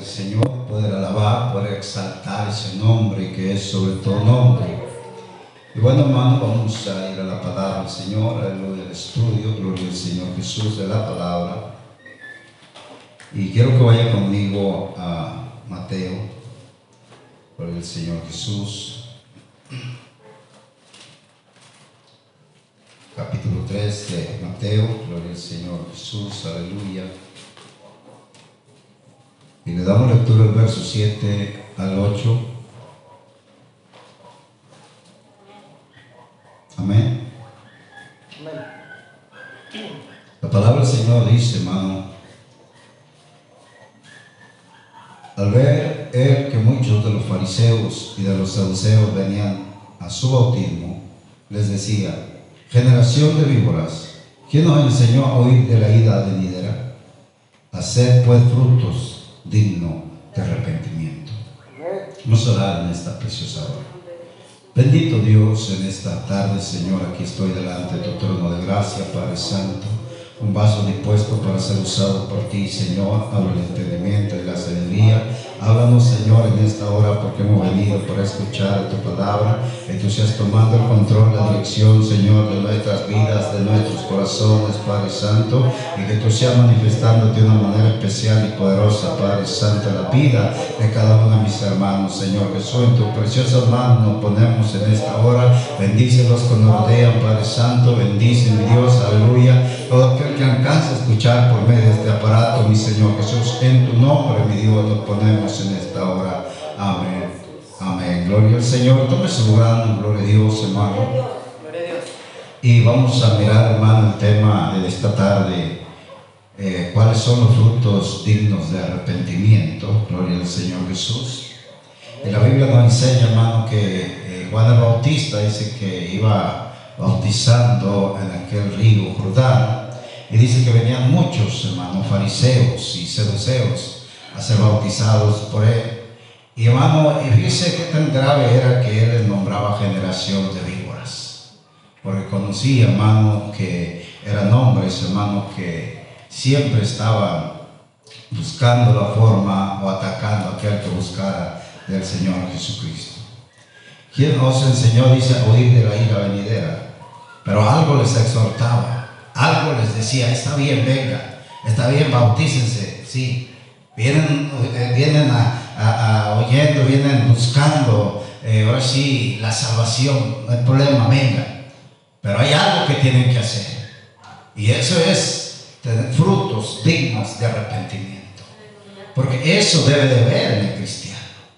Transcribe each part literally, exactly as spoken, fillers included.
del Señor, poder alabar, poder exaltar ese nombre que es sobre todo nombre. Y bueno, hermano, vamos a ir a la palabra del Señor, aleluya, al estudio, gloria al Señor Jesús de la palabra. Y quiero que vaya conmigo a Mateo, gloria al Señor Jesús, capítulo tres de Mateo, gloria al Señor Jesús, aleluya. Y le damos lectura al verso siete al ocho. Amén. La palabra del Señor dice, hermano: al ver él que muchos de los fariseos y de los saduceos venían a su bautismo, les decía: generación de víboras, ¿quién os enseñó a huir de la ira venidera? Haced pues frutos dignos de arrepentimiento. Vamos a orar en esta preciosa hora. Bendito Dios, en esta tarde, Señor, aquí estoy delante de tu trono de gracia, Padre Santo, un vaso dispuesto para ser usado por ti, Señor. Habla el entendimiento y la sabiduría. Háblanos, Señor, en esta hora, porque hemos venido para escuchar tu palabra, que tú seas tomando el control, la dirección, Señor, de nuestras vidas, de nuestros corazones, Padre Santo, y que tú seas manifestándote de una manera especial y poderosa, Padre Santo, en la vida de cada uno de mis hermanos, Señor Jesús. En tus preciosas manos nos ponemos en esta hora. Bendícelos que nos rodean, Padre Santo. Bendice, mi Dios, aleluya, todo aquel que alcanza a escuchar por medio de este aparato, mi Señor Jesús. En tu nombre, mi Dios, nos ponemos en esta hora. Amén. Amén. Gloria al Señor. Tome su lugar, gloria a Dios, hermano. Y vamos a mirar, hermano, el tema de esta tarde. Eh, ¿Cuáles son los frutos dignos de arrepentimiento? Gloria al Señor Jesús. Y la Biblia nos enseña, hermano, que eh, Juan el Bautista dice que iba bautizando en aquel río Jordán. Y dice que venían muchos, hermanos, fariseos y saduceos a ser bautizados por él. Y, hermano, y fíjese qué tan grave era que él les nombraba generación de víboras. Porque conocía, hermano, que eran hombres, hermano, que siempre estaban buscando la forma o atacando a aquel que buscara del Señor Jesucristo. ¿Quién nos enseñó? Dice, a huir de la ira venidera. Pero algo les exhortaba. Algo les decía: está bien, venga, está bien, bautícense, sí. Vienen, eh, vienen a, a, a oyendo, vienen buscando, eh, ahora sí, la salvación, no hay problema, venga. Pero hay algo que tienen que hacer. Y eso es tener frutos dignos de arrepentimiento. Porque eso debe de ver en el cristiano.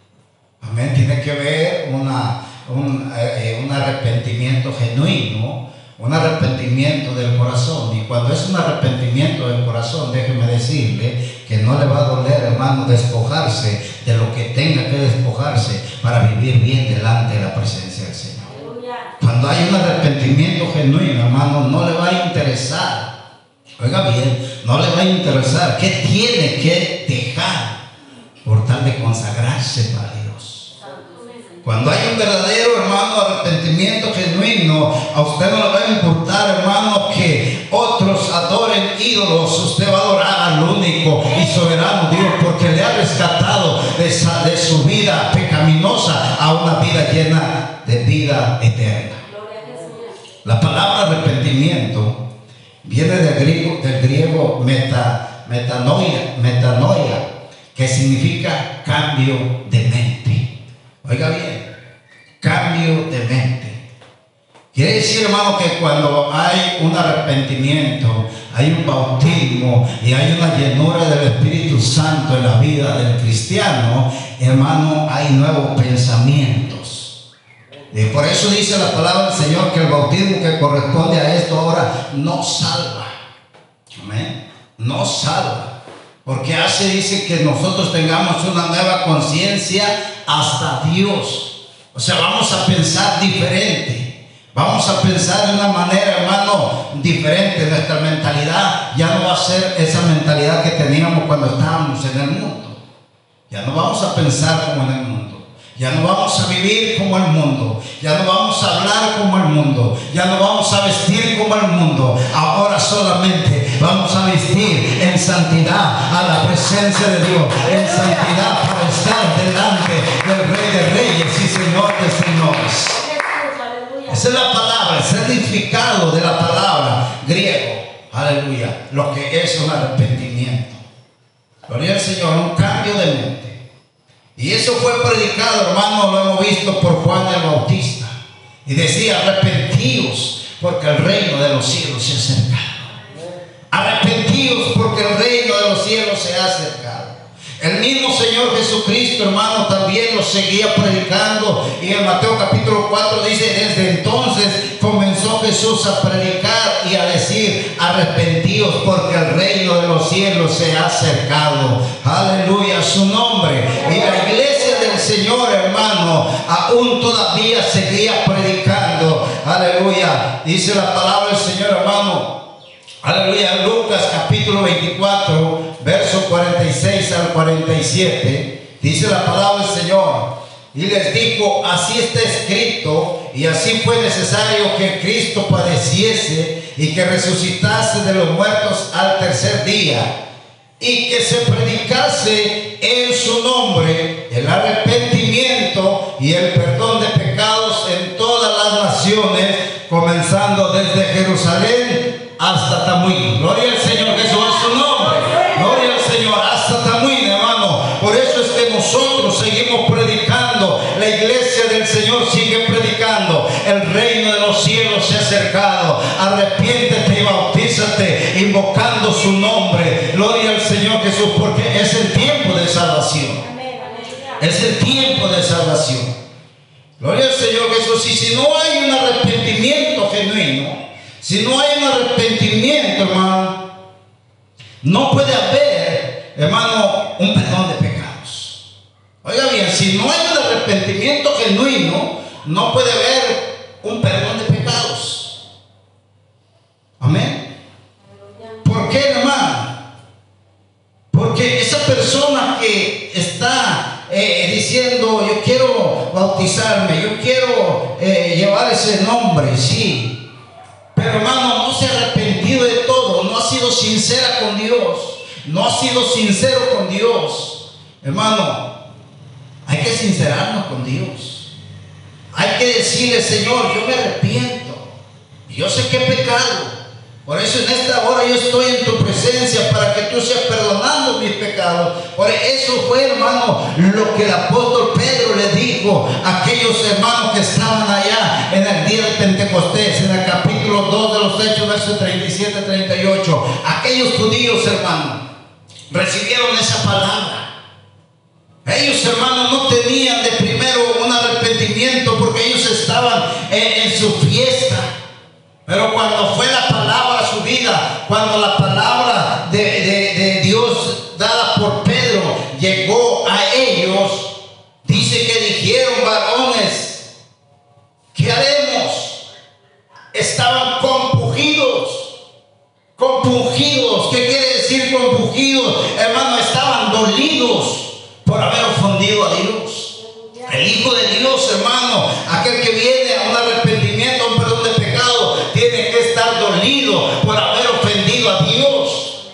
Amén, tiene que ver una, un, eh, un arrepentimiento genuino. Un arrepentimiento del corazón. Y cuando es un arrepentimiento del corazón, déjeme decirle que no le va a doler, hermano, despojarse de lo que tenga que despojarse para vivir bien delante de la presencia del Señor. Cuando hay un arrepentimiento genuino, hermano, no le va a interesar, oiga bien, no le va a interesar qué tiene que dejar por tal de consagrarse para Dios. Cuando hay un verdadero, hermano, arrepentimiento genuino, a usted no le va a importar, hermano, que otros adoren ídolos. Usted va a adorar al único y soberano Dios, porque le ha rescatado de, esa, de su vida pecaminosa a una vida llena de vida eterna. La palabra arrepentimiento viene del griego, del griego meta, metanoia, metanoia, que significa cambio de mente. Oiga bien, cambio de mente. Quiere decir, hermano, que cuando hay un arrepentimiento, hay un bautismo y hay una llenura del Espíritu Santo en la vida del cristiano, hermano, hay nuevos pensamientos. Y por eso dice la palabra del Señor que el bautismo que corresponde a esto ahora no salva. Amén. No salva. Porque hace, dice, que nosotros tengamos una nueva conciencia hasta Dios. O sea, vamos a pensar diferente. Vamos a pensar de una manera, hermano, diferente. Nuestra mentalidad ya no va a ser esa mentalidad que teníamos cuando estábamos en el mundo. Ya no vamos a pensar como en el mundo. Ya no vamos a vivir como el mundo, ya no vamos a hablar como el mundo, ya no vamos a vestir como el mundo. Ahora solamente vamos a vestir en santidad a la presencia de Dios, en santidad para estar delante del Rey de Reyes y Señor de Señores. Esa es la palabra, el significado de la palabra griego. Aleluya, lo que es un arrepentimiento. Gloria al Señor, un cambio de mente. Y eso fue predicado, hermano, lo hemos visto por Juan el Bautista. Y decía, arrepentíos porque el reino de los cielos se ha acercado. Arrepentíos porque el reino de los cielos se ha acercado. El mismo Señor Jesucristo, hermano, también lo seguía predicando. Y en Mateo capítulo cuatro dice, desde entonces comenzó Jesús a predicar y a decir, arrepentíos porque el reino de los cielos se ha acercado. Aleluya, su nombre. Y la iglesia del Señor, hermano, aún todavía seguía predicando. Aleluya. Dice la palabra del Señor, hermano. Aleluya, Lucas capítulo veinticuatro, verso cuarenta y seis al cuarenta y siete, dice la palabra del Señor, y les dijo, así está escrito, y así fue necesario que Cristo padeciese y que resucitase de los muertos al tercer día, y que se predicase en su nombre el arrepentimiento y el perdón de pecados en todas las naciones, comenzando desde Jerusalén hasta Tamuín. Gloria al Señor, Jesús es su nombre. Gloria al Señor, hasta Tamuín, hermano. Por eso es que nosotros seguimos predicando. La iglesia del Señor sigue predicando. El reino de los cielos se ha acercado. Arrepiéntete y bautízate invocando su nombre. Gloria al Señor Jesús, porque es el tiempo de salvación. Es el tiempo de salvación. Gloria al Señor Jesús. Y si no hay un arrepentimiento genuino, si no hay un arrepentimiento, hermano, no puede haber, hermano, un perdón de pecados. Oiga bien, si no hay un arrepentimiento genuino, no puede haber un perdón de pecados. Amén. ¿Por qué, hermano? Porque esa persona que está eh, diciendo, yo quiero bautizarme, yo quiero eh, llevar ese nombre, sí. Pero hermano, no se ha arrepentido de todo, no ha sido sincera con Dios, no ha sido sincero con Dios. Hermano, hay que sincerarnos con Dios. Hay que decirle, Señor, yo me arrepiento. Yo sé que he pecado. Por eso en esta hora yo estoy en tu presencia para que tú seas perdonando mis pecados. Por eso fue, hermano, lo que el apóstol Pedro le dijo a aquellos hermanos que estaban allá en el día de Pentecostés, en el capítulo dos de los Hechos, versos treinta y siete a treinta y ocho. Aquellos judíos, hermano, recibieron esa palabra. Ellos, hermanos, no tenían de primero un arrepentimiento porque ellos estaban en, en su fiesta. Pero cuando fue la palabra a su vida, cuando la palabra de, de, de Dios dada por Pedro llegó a ellos, dice que dijeron, varones, ¿qué haremos? Estaban compungidos, compungidos. ¿Qué quiere decir compungidos? Hermano, estaban dolidos por haber ofendido a Dios. El Hijo de Dios, hermano, aquel que viene a un arrepentimiento, a un perdón de pecado, tiene que estar dolido por haber ofendido a Dios.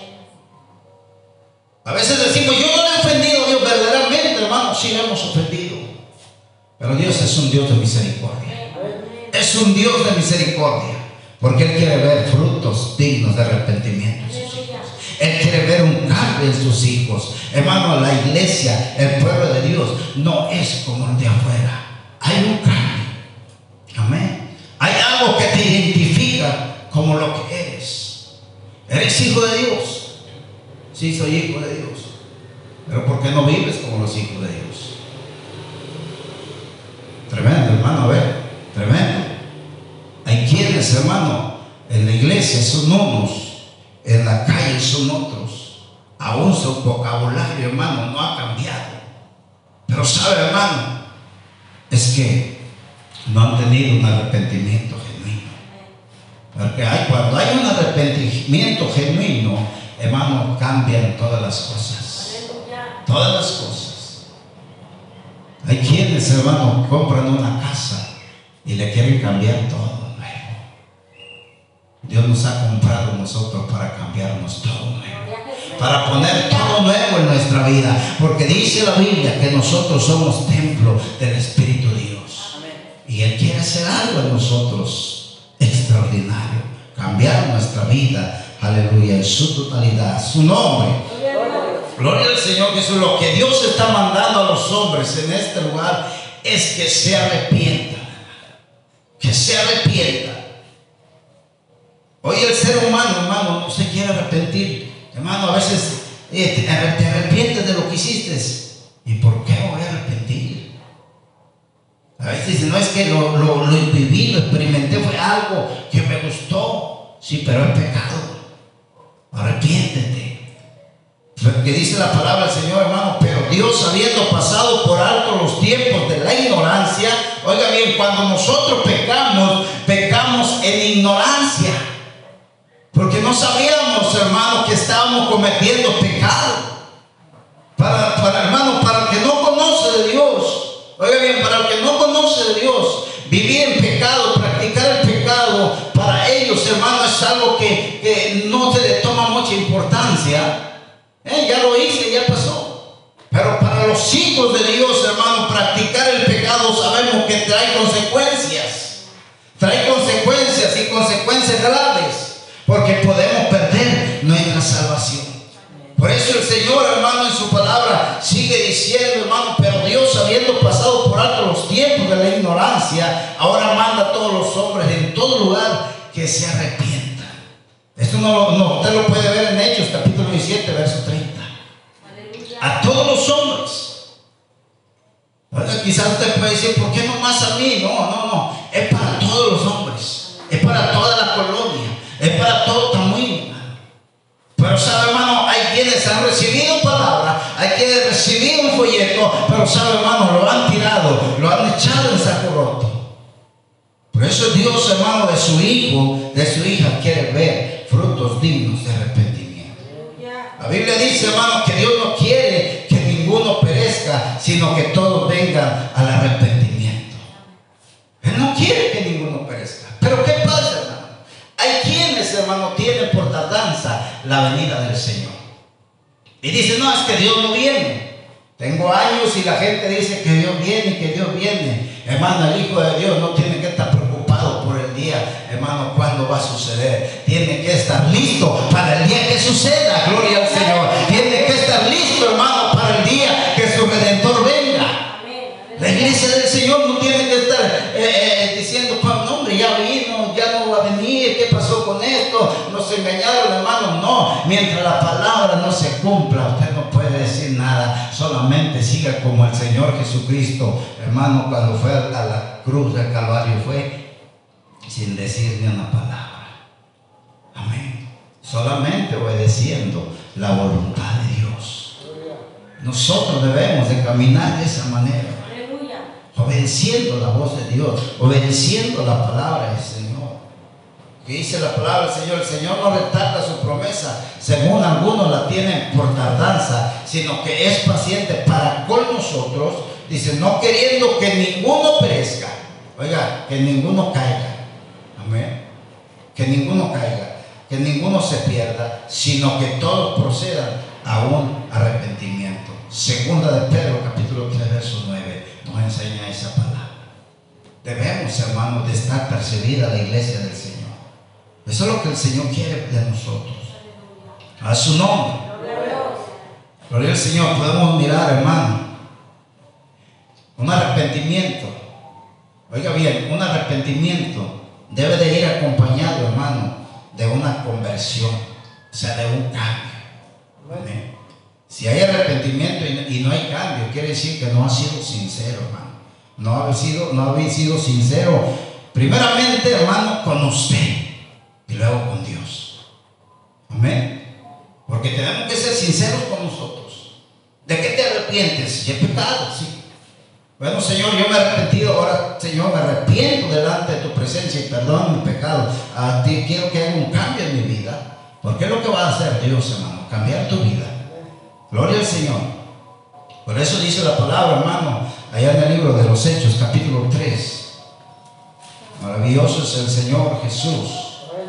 A veces decimos, yo no le he ofendido a Dios. Verdaderamente, hermano, sí le hemos ofendido. Pero Dios es un Dios de misericordia. Es un Dios de misericordia. Porque Él quiere ver frutos dignos de arrepentimiento en sus hijos. Él quiere ver un cambio en sus hijos. Hermano, la iglesia, el pueblo de Dios, no es como el de afuera. Hay un cambio. Amén. Hay algo que te identifica como lo que eres. ¿Eres hijo de Dios? Sí, soy hijo de Dios. Pero ¿por qué no vives como los hijos de Dios? Tremendo, hermano, a ver. Tremendo. Hay quienes, hermano, en la iglesia son unos, en la calle son otros. Aún su vocabulario, hermano, no ha cambiado. Pero sabe, hermano, es que no han tenido un arrepentimiento genuino. Porque hay, cuando hay un arrepentimiento genuino, hermano, cambian todas las cosas. Todas las cosas. Hay quienes, hermano, compran una casa y le quieren cambiar todo nuevo. Dios nos ha comprado nosotros para cambiarnos todo nuevo, para poner todo nuevo en nuestra vida, porque dice la Biblia que nosotros somos templo del Espíritu de Dios. Y Él quiere hacer algo en nosotros extraordinario, cambiar nuestra vida, aleluya, en su totalidad, su nombre. Gloria al Señor Jesús. Lo que Dios está mandando a los hombres en este lugar es que se arrepientan, que se arrepientan. Hoy el ser humano, hermano, no se quiere arrepentir. Hermano, a veces eh, te arrepientes de lo que hiciste. ¿Y por qué me voy a arrepentir? A veces dicen, no, es que lo, lo, lo viví, lo experimenté, fue algo que me gustó. Sí, pero es pecado. Arrepiéntete. Que dice la palabra del Señor, hermano, pero Dios, habiendo pasado por alto los tiempos de la ignorancia, oiga bien, cuando nosotros pecamos, pecamos en ignorancia, porque no sabíamos, hermano, que estábamos cometiendo pecado. Para, para hermano, para el que no conoce de Dios, oiga bien, para el que no conoce de Dios, vivir en pecado, practicar el pecado, para ellos, hermano, es algo que, que no se le toma mucha importancia. Eh, ya lo hice, ya pasó. Pero para los hijos de Dios, hermano, practicar el pecado sabemos que trae consecuencias. Trae consecuencias y consecuencias graves, porque podemos perder nuestra salvación. Por eso el Señor, hermano, en su palabra sigue diciendo, hermano, pero Dios, habiendo pasado por alto los tiempos de la ignorancia, ahora manda a todos los hombres en todo lugar que se arrepientan. Esto no, no, usted lo puede ver en Hechos capítulo diecisiete, verso treinta. Aleluya. A todos los hombres. Ahora, quizás usted puede decir, ¿por qué no más a mí? No, no, no. Es para todos los hombres. Es para toda la colonia. Es para todo Tamuín. Pero sabe, hermano, hay quienes han recibido palabra, hay quienes han recibido un folleto, pero sabe, hermano, lo han tirado, lo han echado en saco roto. Por eso Dios, hermano, de su hijo, de su hija, quiere ver frutos dignos de arrepentimiento. La Biblia dice, hermano, que Dios no quiere que ninguno perezca, sino que todos vengan al arrepentimiento. Él no quiere que ninguno perezca. Pero ¿qué pasa, hermano? Hay quienes, hermano, tienen por tardanza la venida del Señor. Y dicen, no, es que Dios no viene. Tengo años y la gente dice que Dios viene, que Dios viene. Hermano, el Hijo de Dios no tiene que estar preocupado por el día, hermano, cuándo va a suceder. Tiene que estar listo para el día que suceda, gloria al Señor. Tiene que estar listo, hermano, para el día que su Redentor venga. La iglesia del Señor no tiene que estar eh, eh, diciendo, no, hombre, ya vino, ya no va a venir, ¿qué pasó con esto? Nos engañaron, hermano. No, mientras la palabra no se cumpla, usted no puede decir nada. Solamente siga como el Señor Jesucristo, hermano, cuando fue a la cruz del Calvario, fue sin decir ni una palabra. Amén. Solamente obedeciendo la voluntad de Dios. Nosotros debemos de caminar de esa manera, obedeciendo la voz de Dios, obedeciendo la palabra del Señor. Que dice la palabra del Señor, el Señor no retarda su promesa, según algunos la tienen por tardanza, sino que es paciente para con nosotros, dice, no queriendo que ninguno perezca, oiga, que ninguno caiga, amén, que ninguno caiga, que ninguno se pierda, sino que todos procedan a un arrepentimiento. Segunda de Pedro, capítulo tres, verso nueve, nos enseña esa palabra. Debemos, hermanos, de estar percibida la iglesia del Señor. Eso es lo que el Señor quiere de nosotros. A su nombre. Gloria al Señor. Podemos mirar, hermano, un arrepentimiento. Oiga bien, un arrepentimiento debe de ir acompañado, hermano, de una conversión, o sea, de un cambio. Amén. Si hay arrepentimiento y no hay cambio, quiere decir que no ha sido sincero, hermano. No ha sido, no ha sido sincero, primeramente, hermano, con usted y luego con Dios. Amén. Porque tenemos que ser sinceros con nosotros. ¿De qué te arrepientes? Si he pecado, sí. Bueno, Señor, yo me he arrepentido. Ahora, Señor, me arrepiento delante de tu presencia y perdona mi pecado. A ti quiero que haga un cambio en mi vida. Porque es lo que va a hacer Dios, hermano, cambiar tu vida. Gloria al Señor. Por eso dice la palabra, hermano, allá en el libro de los Hechos, capítulo tres. Maravilloso es el Señor Jesús.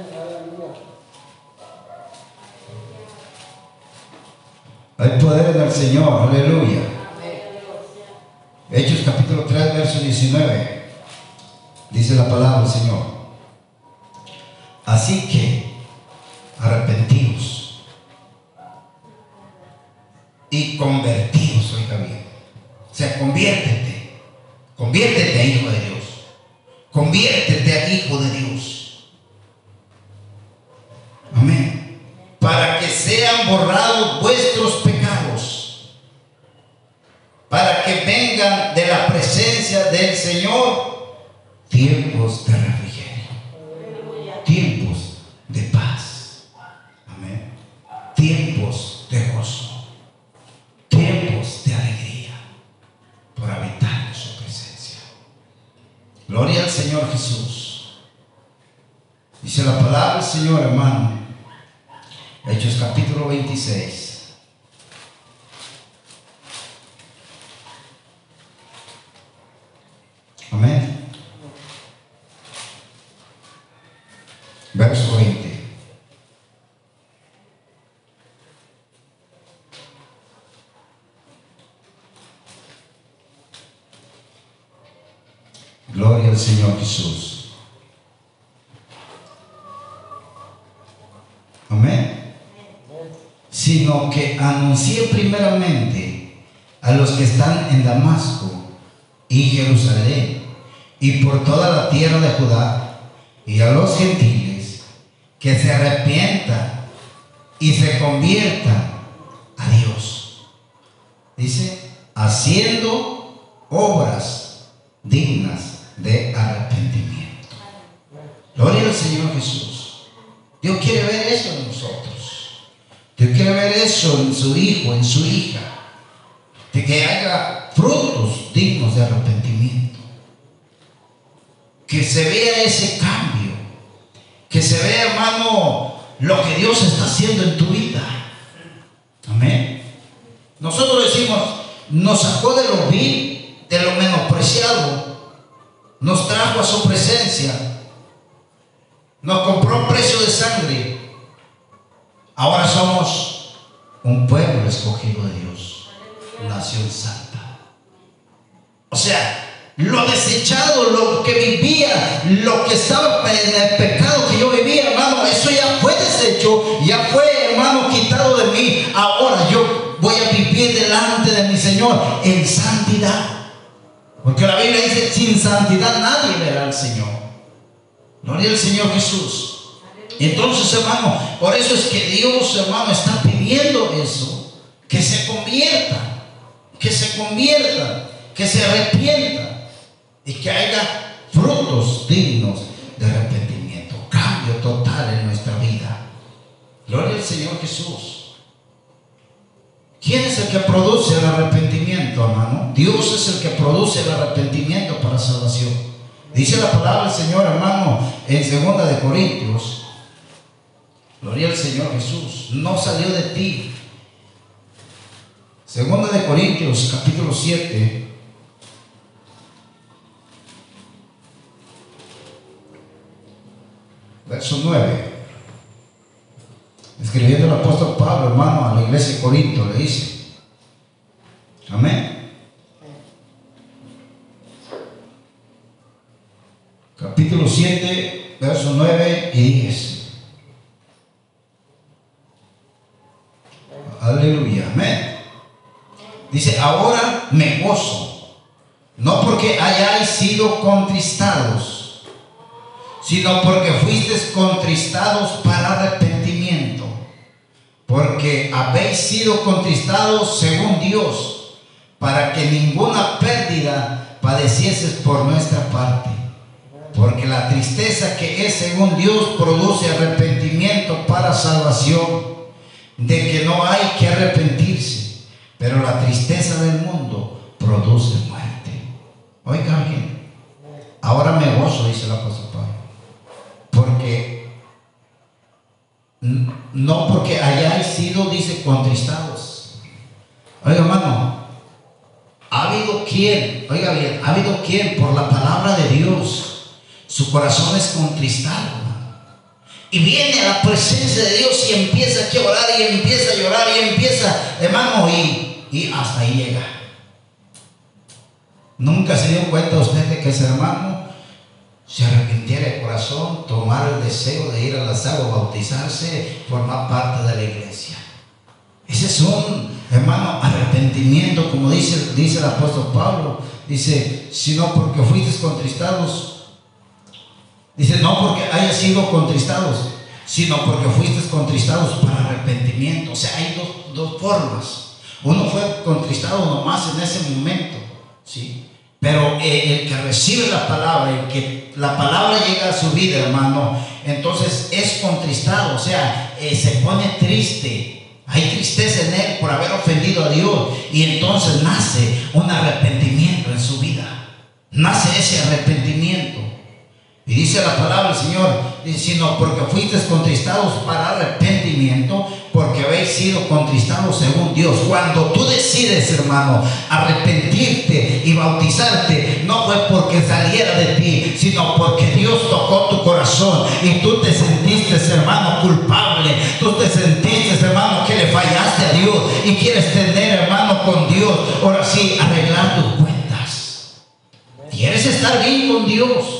Hay poder en el Señor, aleluya. Hechos capítulo tres, verso diecinueve. Dice la palabra del Señor. Así que arrepentidos y convertidos, oiga bien. O sea, conviértete, conviértete a hijo de Dios, conviértete a hijo de Dios. Amén. Para que sean borrados vuestros pecados, para que vengan de la presencia del Señor tiempos de refrigerio, tiempos de paz, amén, tiempos de gozo, tiempos de alegría, por habitar en su presencia. Gloria al Señor Jesús. Dice la palabra del Señor, hermano, Hechos capítulo veintiséis. Amén. Verso veinte. Gloria al Señor Jesús. Amén. Sino que anuncié primeramente a los que están en Damasco y Jerusalén y por toda la tierra de Judá y a los gentiles que se arrepientan y se conviertan a Dios. Dice, haciendo obras dignas de arrepentimiento. Gloria al Señor Jesús. Dios quiere ver eso en nosotros. Dios quiere ver eso en su hijo, en su hija, de que haya frutos dignos de arrepentimiento, que se vea ese cambio, que se vea, hermano, lo que Dios está haciendo en tu vida. Amén. Nosotros decimos, nos sacó de lo vil, de lo menospreciado, nos trajo a su presencia, nos compró a precio de sangre. Ahora somos un pueblo escogido de Dios, nación santa. O sea, lo desechado, lo que vivía, lo que estaba en el pecado que yo vivía, hermano, eso ya fue deshecho, ya fue, hermano, quitado de mí. Ahora yo voy a vivir delante de mi Señor en santidad, porque la Biblia dice, sin santidad nadie verá al Señor. Gloria al Señor Jesús. Entonces, hermano, por eso es que Dios, hermano, está pidiendo eso, que se conviertan, que se conviertan, que se arrepientan y que haya frutos dignos de arrepentimiento, cambio total en nuestra vida. Gloria al Señor Jesús. ¿Quién es el que produce el arrepentimiento, hermano? Dios es el que produce el arrepentimiento para salvación. Dice la palabra del Señor, hermano, en segunda de Corintios. Gloria al Señor Jesús. No salió de ti. Segunda de Corintios, capítulo siete. Verso nueve. Escribiendo el apóstol Pablo, hermano, a la iglesia de Corinto, le dice. Amén. Capítulo siete, verso nueve y diez. Aleluya, amén. Dice, ahora me gozo, no porque hayáis sido contristados, sino porque fuisteis contristados para arrepentimiento, porque habéis sido contristados según Dios, para que ninguna pérdida padecieses por nuestra parte, porque la tristeza que es según Dios produce arrepentimiento para salvación, de que no hay que arrepentirse, pero la tristeza del mundo produce muerte. Oigan bien, ahora me gozo, dice el apóstol Pablo, porque no porque hayáis sido, dice, contristados. Oiga, hermano, quien, oiga bien, ha habido quien por la palabra de Dios, su corazón es contristado, y viene a la presencia de Dios y empieza a orar y empieza a llorar y empieza, hermano, y, y hasta ahí llega. ¿Nunca se dio cuenta usted de que ese hermano se arrepintiera de corazón, tomar el deseo de ir a las aguas, bautizarse, formar parte de la iglesia? Ese es un, hermano, arrepentimiento, como dice, dice el apóstol Pablo. Dice, sino porque fuisteis contristados. Dice, no porque hayas sido contristados, sino porque fuisteis contristados para arrepentimiento. O sea, hay dos, dos formas. Uno fue contristado nomás en ese momento, ¿sí? Pero eh, el que recibe la palabra, el que la palabra llega a su vida, hermano, entonces es contristado, o sea, eh, se pone triste. Hay tristeza en él por haber ofendido a Dios, y entonces nace un arrepentimiento en su vida. Nace ese arrepentimiento. Y dice la palabra del Señor, dice, sino porque fuisteis contristados para arrepentimiento, porque habéis sido contristados según Dios. Cuando tú decides, hermano, arrepentirte y bautizarte, no fue porque saliera de ti, sino porque Dios tocó tu corazón y tú te sentiste, hermano, culpable. Tú te sentiste, hermano, que le fallaste a Dios y quieres tener, hermano, con Dios, ahora sí, arreglar tus cuentas. Quieres estar bien con Dios.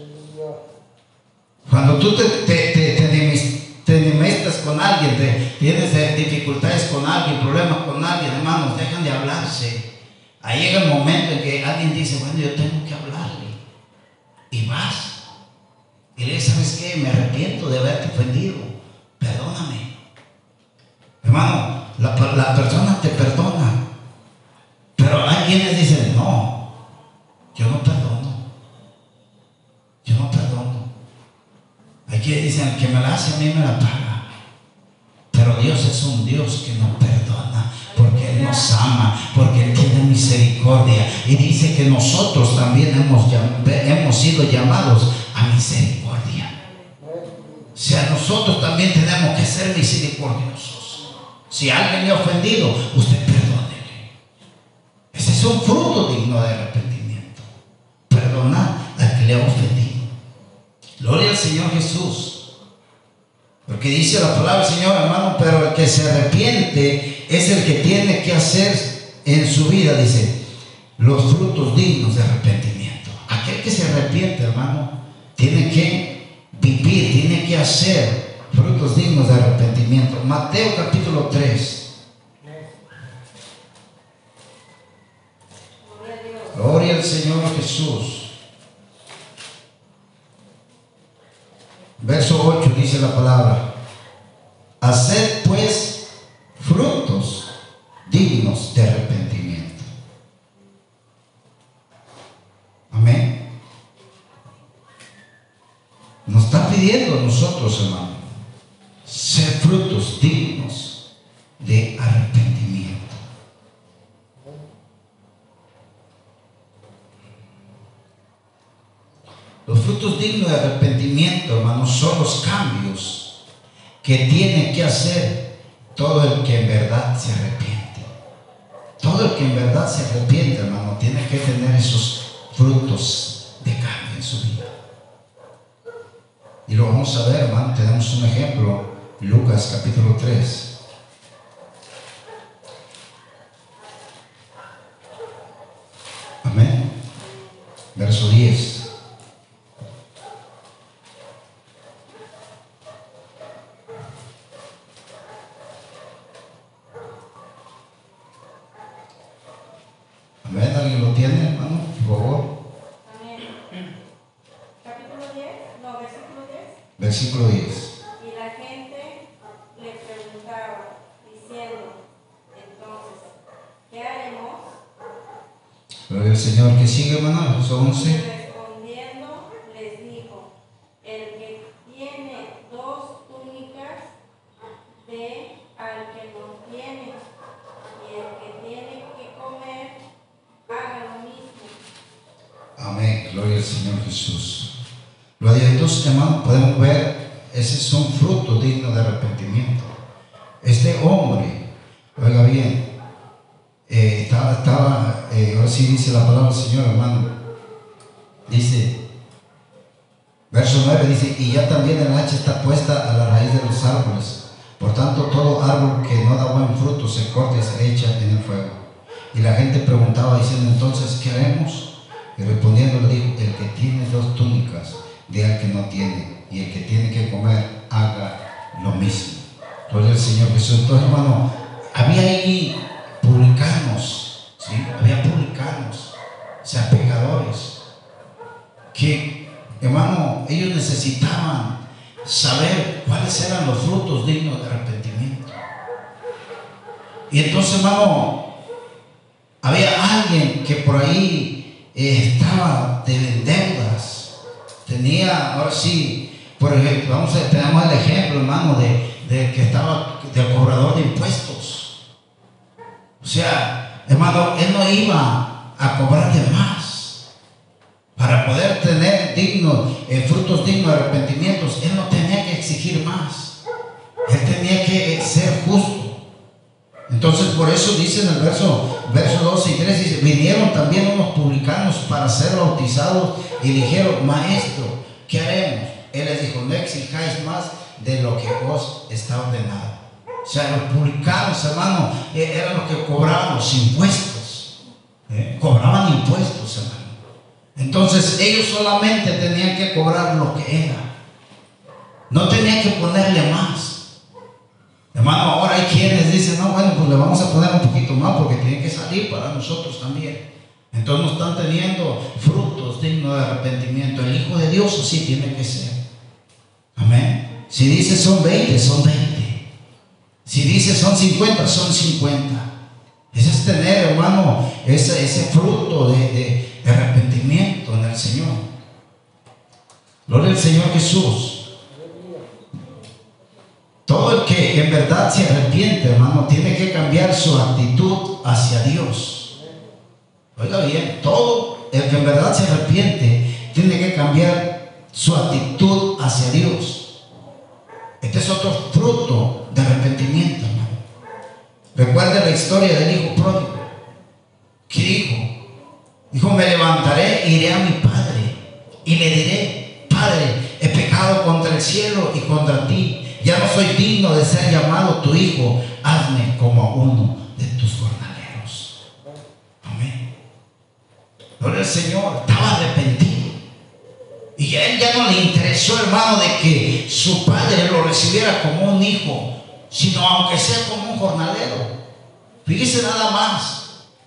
Cuando tú te, te, te, te, te enemistas con alguien, te, tienes dificultades con alguien, problemas con alguien, hermanos, dejan de hablarse. Ahí llega el momento en que alguien dice, bueno, yo tengo que hablarle. Y vas. Y le dices, ¿sabes qué? Me arrepiento de haberte ofendido. Perdóname. Hermano, la, la persona te perdona. Pero hay quienes dicen, no, yo no perdono. Yo no perdono. Hay quienes dicen, el que me la hace a mí me la paga. Pero Dios es un Dios que nos perdona, porque Él nos ama, porque Él tiene misericordia. Y dice que nosotros también hemos, hemos sido llamados a misericordia. O sea, nosotros también tenemos que ser misericordiosos. Si alguien le ha ofendido, usted perdónele. Ese es un fruto digno de arrepentimiento. Perdonar al que le ha ofendido. Gloria al Señor Jesús. Porque dice la palabra del Señor, hermano, pero el que se arrepiente es el que tiene que hacer en su vida, dice, los frutos dignos de arrepentimiento. Aquel que se arrepiente, hermano, tiene que vivir, tiene que hacer frutos dignos de arrepentimiento. Mateo capítulo tres. Gloria al Señor Jesús. Verso ocho dice la palabra: haced pues frutos dignos de arrepentimiento. Amén. Nos está pidiendo a nosotros, hermano, ser frutos dignos de arrepentimiento. Los frutos dignos de arrepentimiento, hermanos, son los cambios que tiene que hacer todo el que en verdad se arrepiente. Todo el que en verdad se arrepiente, hermano, tiene que tener esos frutos de cambio en su vida. Y lo vamos a ver, hermano. Tenemos un ejemplo, Lucas capítulo tres. Amén. Verso diez. Amén. ¿Alguien lo tiene, hermano? Por favor. Amén. Capítulo diez, no, versículo diez. Versículo diez. Y la gente le preguntaba, diciendo, entonces, ¿qué haremos? Gloria al Señor. ¿Qué sigue, hermano? Verso Y once. respondiendo, les dijo, el que tiene dos túnicas, dé al que no tiene, y el que tiene que comer, haga lo mismo. Amén. Gloria al Señor Jesús. Gloria a Dios, hermano. Podemos ver, ese es un fruto digno de arrepentimiento. Este hombre, oiga bien, eh, estaba, estaba eh, ahora sí dice la palabra del Señor, hermano. Dice, verso nueve, dice, y ya también el hacha está puesta a la raíz de los árboles. Por tanto, todo árbol que no da buen fruto se corta y se echa en el fuego. Y la gente preguntaba diciendo, entonces, ¿qué haremos? Y respondiendo le dijo, el que tiene dos túnicas, dé al que no tiene, y el que tiene que comer, haga lo mismo. Gloria al Señor Jesús. Entonces, hermano, había ahí publicanos, ¿sí? Había publicanos, o sea, pecadores, que, hermano, ellos necesitaban saber cuáles eran los frutos dignos de arrepentimiento. Y entonces, hermano, había alguien que por ahí eh, estaba de deudas, tenía, ahora sí, por ejemplo, vamos a, tenemos el ejemplo, hermano, de, de que estaba del cobrador de impuestos. O sea, hermano, él no iba a cobrar de más para poder tener dignos, eh, frutos dignos de arrepentimientos. Él no tenía que exigir más, él tenía que ser justo. Entonces, por eso dice en el verso, verso doce y trece, dice, vinieron también unos publicanos para ser bautizados y dijeron, maestro, ¿qué haremos? Él les dijo, no exijáis más de lo que os está ordenado. O sea, los publicanos, hermano, eran los que cobraban los impuestos, ¿eh? Cobraban impuestos, hermano. Entonces ellos solamente tenían que cobrar lo que era, no tenían que ponerle más. Hermano, ahora hay quienes dicen, no, bueno, pues le vamos a poner un poquito más porque tiene que salir para nosotros también. Entonces no están teniendo frutos dignos de arrepentimiento. El Hijo de Dios así tiene que ser. Amén. Si dice son veinte, son veinte. Si dice son cincuenta, son cincuenta. Ese es tener, hermano, ese, ese fruto de, de, de arrepentimiento en el Señor. Gloria al Señor Jesús. Todo el que en verdad se arrepiente, hermano, tiene que cambiar su actitud hacia Dios. Oiga bien, todo el que en verdad se arrepiente tiene que cambiar su actitud hacia Dios. Este es otro fruto de arrepentimiento, hermano. Recuerda la historia del hijo pródigo. ¿Qué dijo? Dijo, me levantaré, iré a mi padre y le diré, Padre, he pecado contra el cielo y contra ti. Ya no soy digno de ser llamado tu hijo. Hazme como a uno de tus jornaleros. Amén. Pero el Señor estaba arrepentido. Y a él ya no le interesó, hermano, de que su padre lo recibiera como un hijo, sino aunque sea como un jornalero. Fíjese nada más.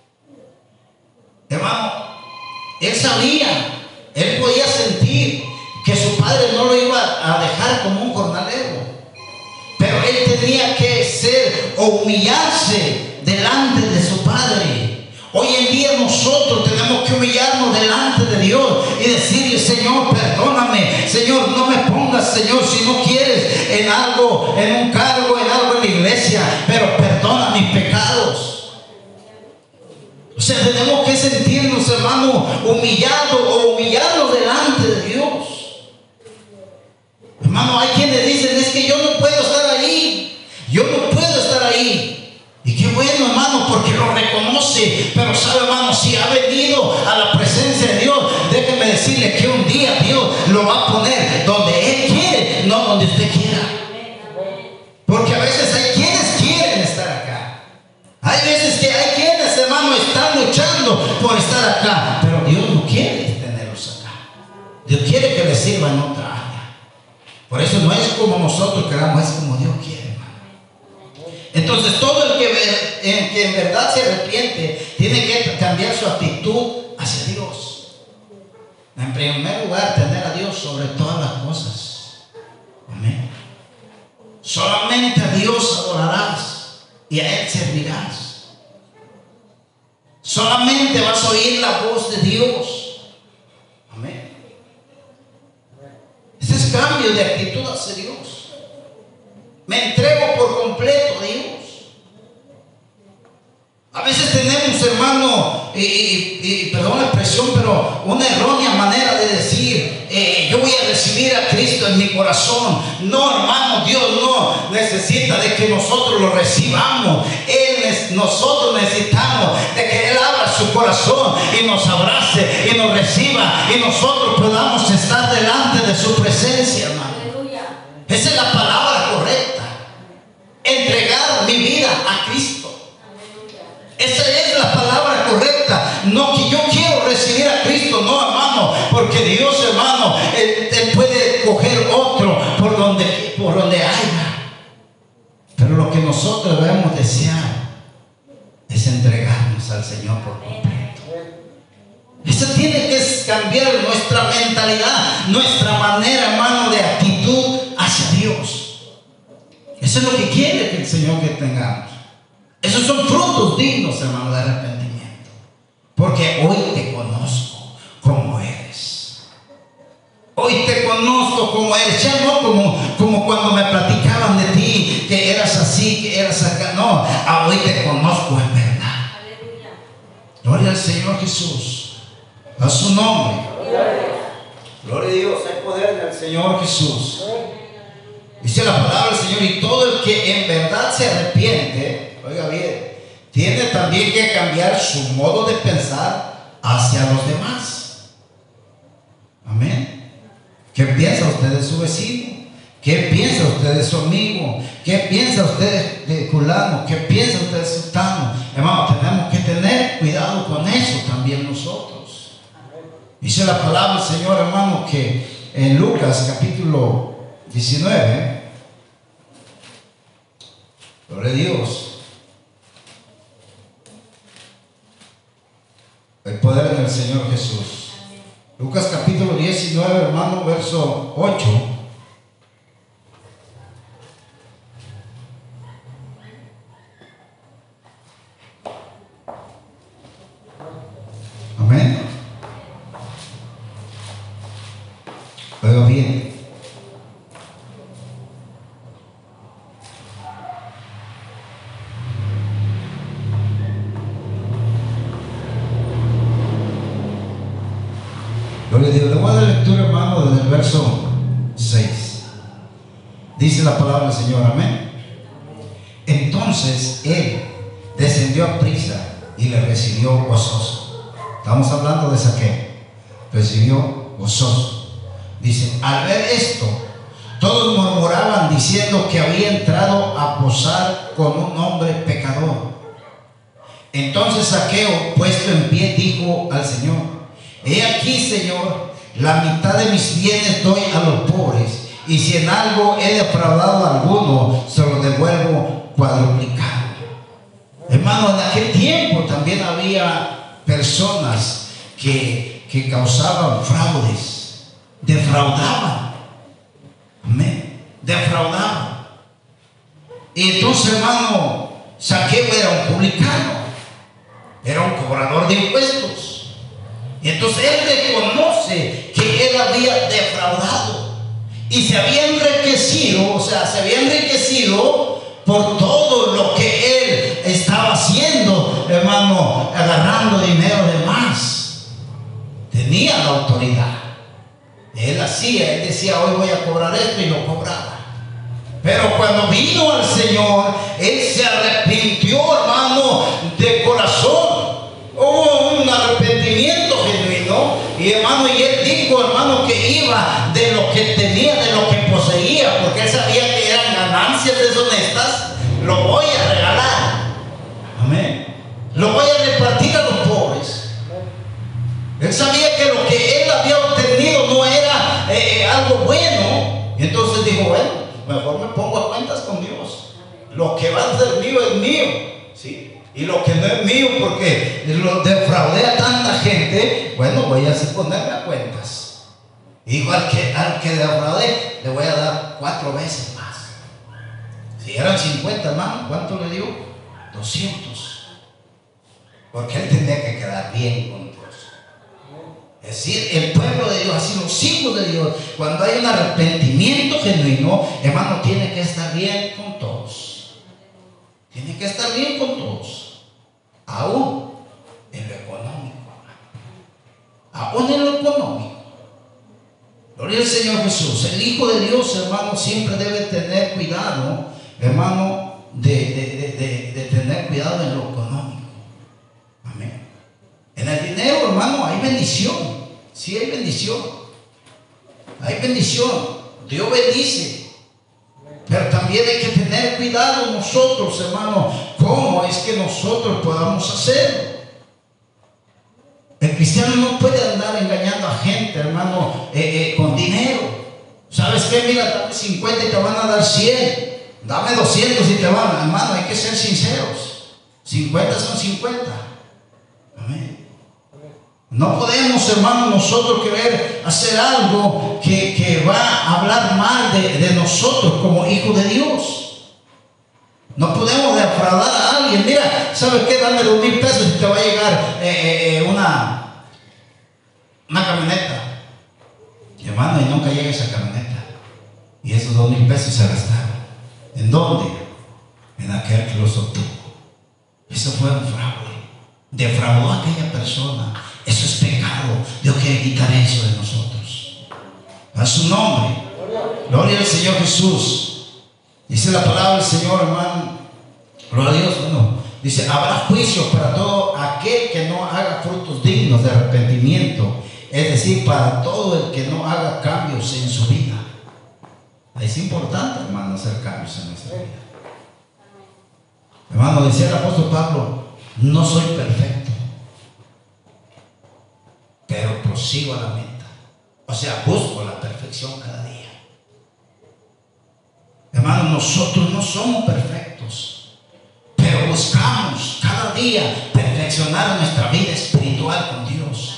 Hermano, él sabía, él podía sentir que su padre no lo iba a dejar como un jornalero. Pero él tenía que ser o humillarse delante de su Padre. Hoy en día nosotros tenemos que humillarnos delante de Dios y decirle, Señor, perdóname. Señor, no me pongas, Señor, si no quieres, en algo, en un cargo, en algo en la iglesia, pero perdona mis pecados. O sea, tenemos que sentirnos, hermano, humillados o humillarnos delante de Dios. Hermano, hay quienes dicen, es que yo no puedo estar ahí, yo no puedo estar ahí. Y qué bueno, hermano, porque lo reconoce. Pero sabe, hermano, si ha venido a la presencia de Dios, déjeme decirle que un día Dios lo va a poner donde Él quiere, no donde usted quiera. Porque a veces hay quienes quieren estar acá. Hay veces que hay quienes, hermano, están luchando por estar acá, pero Dios no quiere tenerlos acá. Dios quiere que les sirvan en otra área. Por eso no es como nosotros queramos, es como Dios quiere, hermano. Entonces todo el que, el que en verdad se arrepiente tiene que cambiar su actitud hacia Dios. En primer lugar, tener a Dios sobre todas las cosas. Amén. Solamente a Dios adorarás y a Él servirás. Solamente vas a oír la voz de Dios. Amén. Ese es cambio de actitud hacia Dios. Me entrego por completo a Dios. A veces tenemos, hermano, y, y, y perdón la expresión, pero una errónea manera de decir, eh, yo voy a recibir a Cristo en mi corazón. No, hermano, Dios no necesita de que nosotros lo recibamos. Él, nosotros necesitamos de que Él abra su corazón corazón y nos abrace y nos reciba y nosotros podamos estar delante de su presencia, hermano. Esa es la palabra correcta. Entregar mi vida a Cristo. Esa es la palabra correcta. No que yo quiero recibir a Cristo, no, hermano, porque Dios, hermano, Él, él puede coger otro por donde, por donde haya. Pero lo que nosotros debemos desear es entregarnos al Señor por completo. Eso tiene que cambiar nuestra mentalidad, nuestra manera, hermano, de actitud hacia Dios. Eso es lo que quiere que el Señor que tengamos. Esos son frutos dignos, hermano, de arrepentimiento. Porque hoy te conozco como eres. Hoy te conozco como eres. Ya no como, como cuando me platicaban de ti, que eras así, que eras acá. No, a hoy te conozco en verdad. Aleluya. Gloria al Señor Jesús. A su nombre. Gloria a Dios. Hay poder del Señor Jesús. Dice la palabra del Señor, y todo el que en verdad se arrepiente, oiga bien, tiene también que cambiar su modo de pensar hacia los demás. Amén. ¿Qué piensa usted de su vecino? ¿Qué piensa usted de su amigo? ¿Qué piensa usted de fulano? ¿Qué piensa usted de sultano? Hermano, tenemos que tener cuidado con eso también nosotros. Dice la palabra del Señor, hermano, que en Lucas capítulo diecinueve, gloria a Dios, el poder del Señor Jesús. Lucas capítulo diecinueve, hermano, verso ocho. Amén. Oiga bien. Gloria a Dios. Le voy a dar lectura, hermano, desde el verso seis. Dice la palabra del Señor, amén. Entonces él descendió a prisa y le recibió gozoso. Estamos hablando de Saqueo. Recibió gozoso. Dice, al ver esto, todos murmuraban diciendo que había entrado a posar con un hombre pecador. Entonces Saqueo, puesto en pie, dijo al Señor: he aquí, Señor, la mitad de mis bienes doy a los pobres, y si en algo he defraudado a alguno, se lo devuelvo cuadruplicado. Hermano, en aquel tiempo también había personas que, que causaban fraudes, defraudaban. Amén. Defraudaban. Y entonces, hermano, Saqueo era un publicano, era un cobrador de impuestos. Y entonces él reconoce que él había defraudado y se había enriquecido, o sea, se había enriquecido por todo lo que él estaba haciendo, hermano, agarrando dinero de más. Tenía la autoridad. Él hacía, él decía, hoy voy a cobrar esto, y lo cobraba. Pero cuando vino al Señor, él se arrepintió, hermano, de corazón. Hubo un arrepentimiento genuino, y hermano, y él dijo, hermano, que iba de lo que tenía, de lo que poseía, porque él sabía que eran ganancias deshonestas. Lo voy a regalar. Amén. Lo voy a repartir a los pobres. Él sabía que lo que él había obtenido no era eh, algo bueno, y entonces dijo, bueno, mejor me pongo a cuentas con Dios. Lo que va a ser mío es mío, ¿sí? Y lo que no es mío, porque lo defraudé a tanta gente, bueno, voy a hacer ponerme a cuentas. Digo, al que, al que defraudé, le voy a dar cuatro veces más. Si eran cincuenta, hermano, ¿cuánto le dio? doscientos. Porque él tenía que quedar bien con Dios. Es decir, el pueblo de Dios, así los hijos de Dios, cuando hay un arrepentimiento genuino, hermano, tiene que estar bien con todos. Tiene que estar bien con todos. Aún en lo económico. Aún en lo económico. Gloria al Señor Jesús. El Hijo de Dios, hermano, siempre debe tener cuidado, hermano, de, de, de, de, de tener cuidado en lo económico. Amén. En el bendición, sí hay bendición, hay bendición, Dios bendice, pero también hay que tener cuidado nosotros, hermano, cómo es que nosotros podamos hacerlo. El cristiano no puede andar engañando a gente, hermano, eh, eh, con dinero. ¿Sabes qué? Mira, dame cincuenta y te van a dar cien. Dame doscientos y te van. Hermano, hay que ser sinceros. cincuenta son cincuenta. Amén. No podemos, hermano, nosotros querer hacer algo que, que va a hablar mal de, de nosotros como hijos de Dios. No podemos defraudar a alguien. Mira, ¿sabes qué? Dame dos mil pesos y te va a llegar eh, eh, una, una camioneta. Y hermano, y nunca llega esa camioneta. Y esos dos mil pesos se gastaron. ¿En dónde? En aquel que los obtuvo. Eso fue un fraude. Defraudó a aquella persona. Eso es pecado. Dios quiere quitar eso de nosotros. A su nombre. Gloria al Señor Jesús. Dice la palabra del Señor, hermano. Gloria a Dios. Bueno, dice, habrá juicio para todo aquel que no haga frutos dignos de arrepentimiento. Es decir, para todo el que no haga cambios en su vida. Es importante, hermano, hacer cambios en nuestra vida. Hermano, decía el apóstol Pablo, no soy perfecto, pero prosigo a la meta. O sea, busco la perfección cada día. Hermano, nosotros no somos perfectos, pero buscamos cada día perfeccionar nuestra vida espiritual con Dios.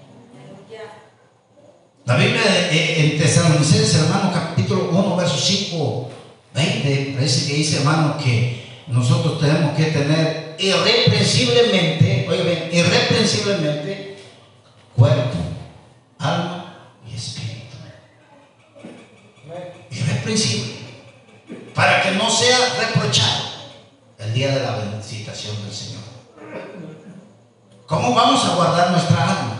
La Biblia en Tesalonicenses, hermano, capítulo uno, verso cinco, veinte, parece que dice, hermano, que nosotros tenemos que tener irreprensiblemente, oye bien, irreprensiblemente cuerpo, alma y espíritu. Irreprensible, para que no sea reprochado el día de la visitación del Señor. ¿Cómo vamos a guardar nuestra alma?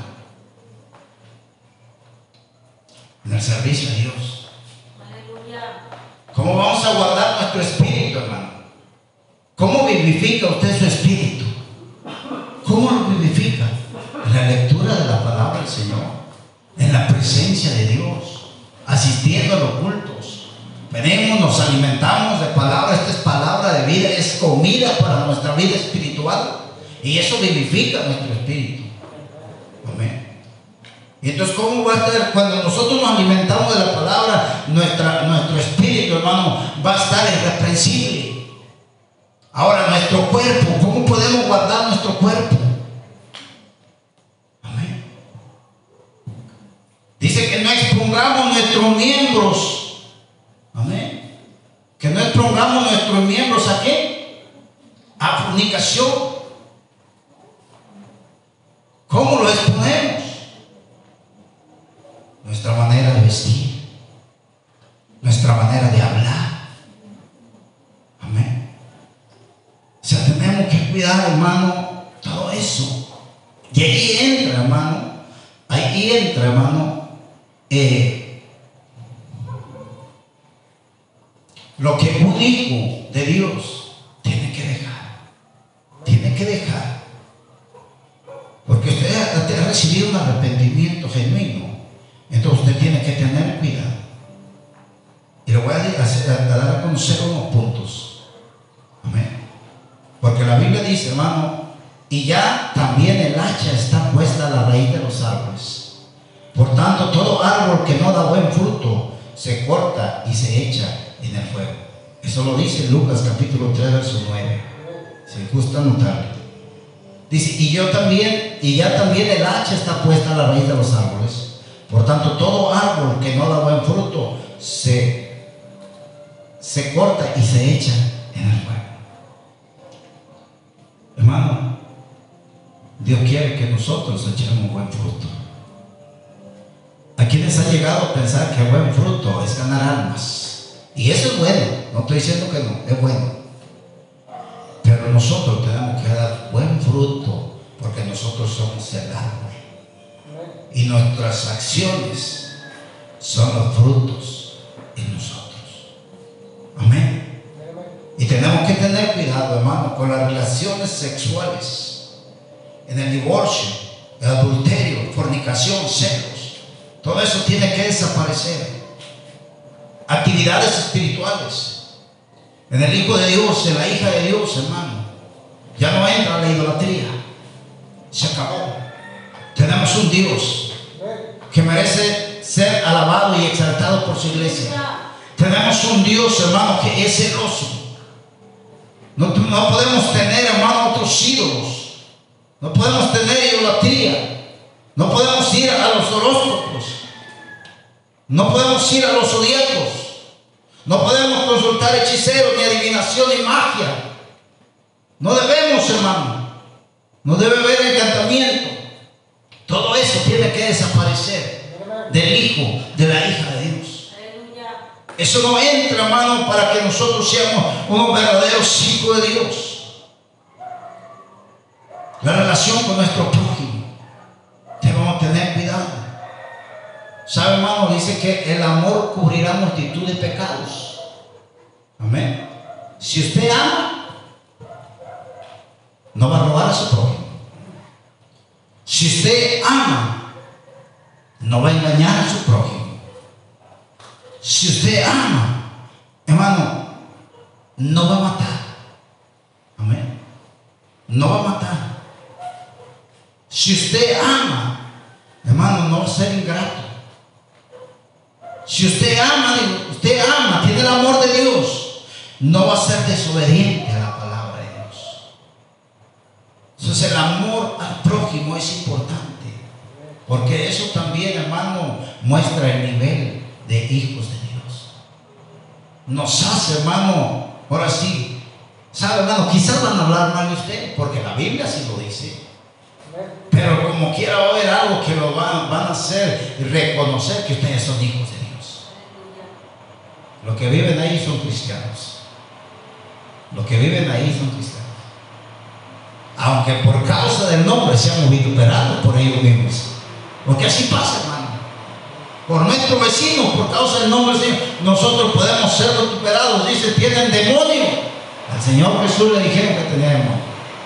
En el servicio a Dios. Aleluya. ¿Cómo vamos a guardar nuestro espíritu, hermano? ¿Cómo vivifica usted su espíritu? ¿Cómo lo vivifica? En la lectura de la palabra del Señor, en la presencia de Dios, asistiendo a los cultos. Venimos, nos alimentamos de palabra. Esta es palabra de vida, es comida para nuestra vida espiritual, y eso vivifica nuestro espíritu. Amén. Y entonces, ¿cómo va a estar cuando nosotros nos alimentamos de la palabra? Nuestra, nuestro espíritu, hermano, va a estar irreprensible. Ahora, nuestro cuerpo, ¿cómo podemos guardar nuestro cuerpo? Amén. Dice que no expongamos nuestros miembros. Amén. Que no expongamos nuestros miembros ¿a qué? A fornicación. ¿Cómo lo exponemos? Nuestra manera de vestir, nuestra manera de hablar. Amén. O sea, tenemos que cuidar, hermano, todo eso. Y ahí entra, hermano, ahí entra, hermano, eh, lo que un hijo de Dios tiene que dejar. Tiene que dejar. Porque usted ha, ha recibido un arrepentimiento genuino. Entonces usted tiene que tener cuidado. Y le voy a, a, a dar a conocer unos puntos. Amén. Porque la Biblia dice, hermano, y ya también el hacha está puesta a la raíz de los árboles. Por tanto, todo árbol que no da buen fruto se corta y se echa en el fuego. Eso lo dice Lucas capítulo tres, verso nueve. Si gusta anotarlo. Dice, y yo también, y ya también el hacha está puesta a la raíz de los árboles. Por tanto, todo árbol que no da buen fruto se, se corta y se echa en el fuego. Hermano, Dios quiere que nosotros echemos buen fruto. ¿A quienes ha llegado a pensar que buen fruto es ganar almas? Y eso es bueno, no estoy diciendo que no, es bueno. Pero nosotros tenemos que dar buen fruto, porque nosotros somos el árbol. Y nuestras acciones son los frutos en nosotros. Amén. Y tenemos que tener cuidado, hermano, con las relaciones sexuales. En el divorcio, el adulterio, fornicación, celos. Todo eso tiene que desaparecer. Actividades espirituales. En el Hijo de Dios, en la hija de Dios, hermano, ya no entra la idolatría. Se acabó. Tenemos un Dios que merece ser alabado y exaltado por su iglesia. Tenemos un Dios, hermano, que es celoso. No, no podemos tener, hermano, otros ídolos. No podemos tener idolatría. No podemos ir a los horóscopos. No podemos ir a los zodíacos. No podemos consultar hechiceros, ni adivinación, ni magia. No debemos, hermano. No debe haber encantamiento. Todo eso tiene que desaparecer del hijo, de la hija de Dios. Eso no entra, hermano, para que nosotros seamos unos verdaderos hijos de Dios. La relación con nuestro prójimo, debemos tener cuidado. ¿Sabe, hermano? Dice que el amor cubrirá multitud de pecados. Amén. Si usted ama, no va a robar a su prójimo. Si usted ama, no va a engañar a su prójimo. Si usted ama, hermano, no va a matar. Amén. No va a matar. Si usted ama, hermano, no va a ser ingrato. Si usted ama, usted ama, tiene el amor de Dios, no va a ser desobediente a la palabra de Dios. Entonces el amor al prójimo es importante, porque eso también, hermano, muestra el nivel de hijos de Dios. Nos hace, hermano, ahora sí, sabe, hermano, quizás van a hablar mal de usted, porque la Biblia sí lo dice. Pero como quiera va a haber algo que lo van, van a hacer reconocer que ustedes son hijos de Dios. Los que viven ahí son cristianos. Los que viven ahí son cristianos. Aunque por causa del nombre seamos vituperados por ellos mismos. Porque así pasa, hermano. Por nuestro vecino, por causa del nombre del Señor, nosotros podemos ser vituperados. Dice, tienen demonio. Al Señor Jesús le dijeron que tenía demonio.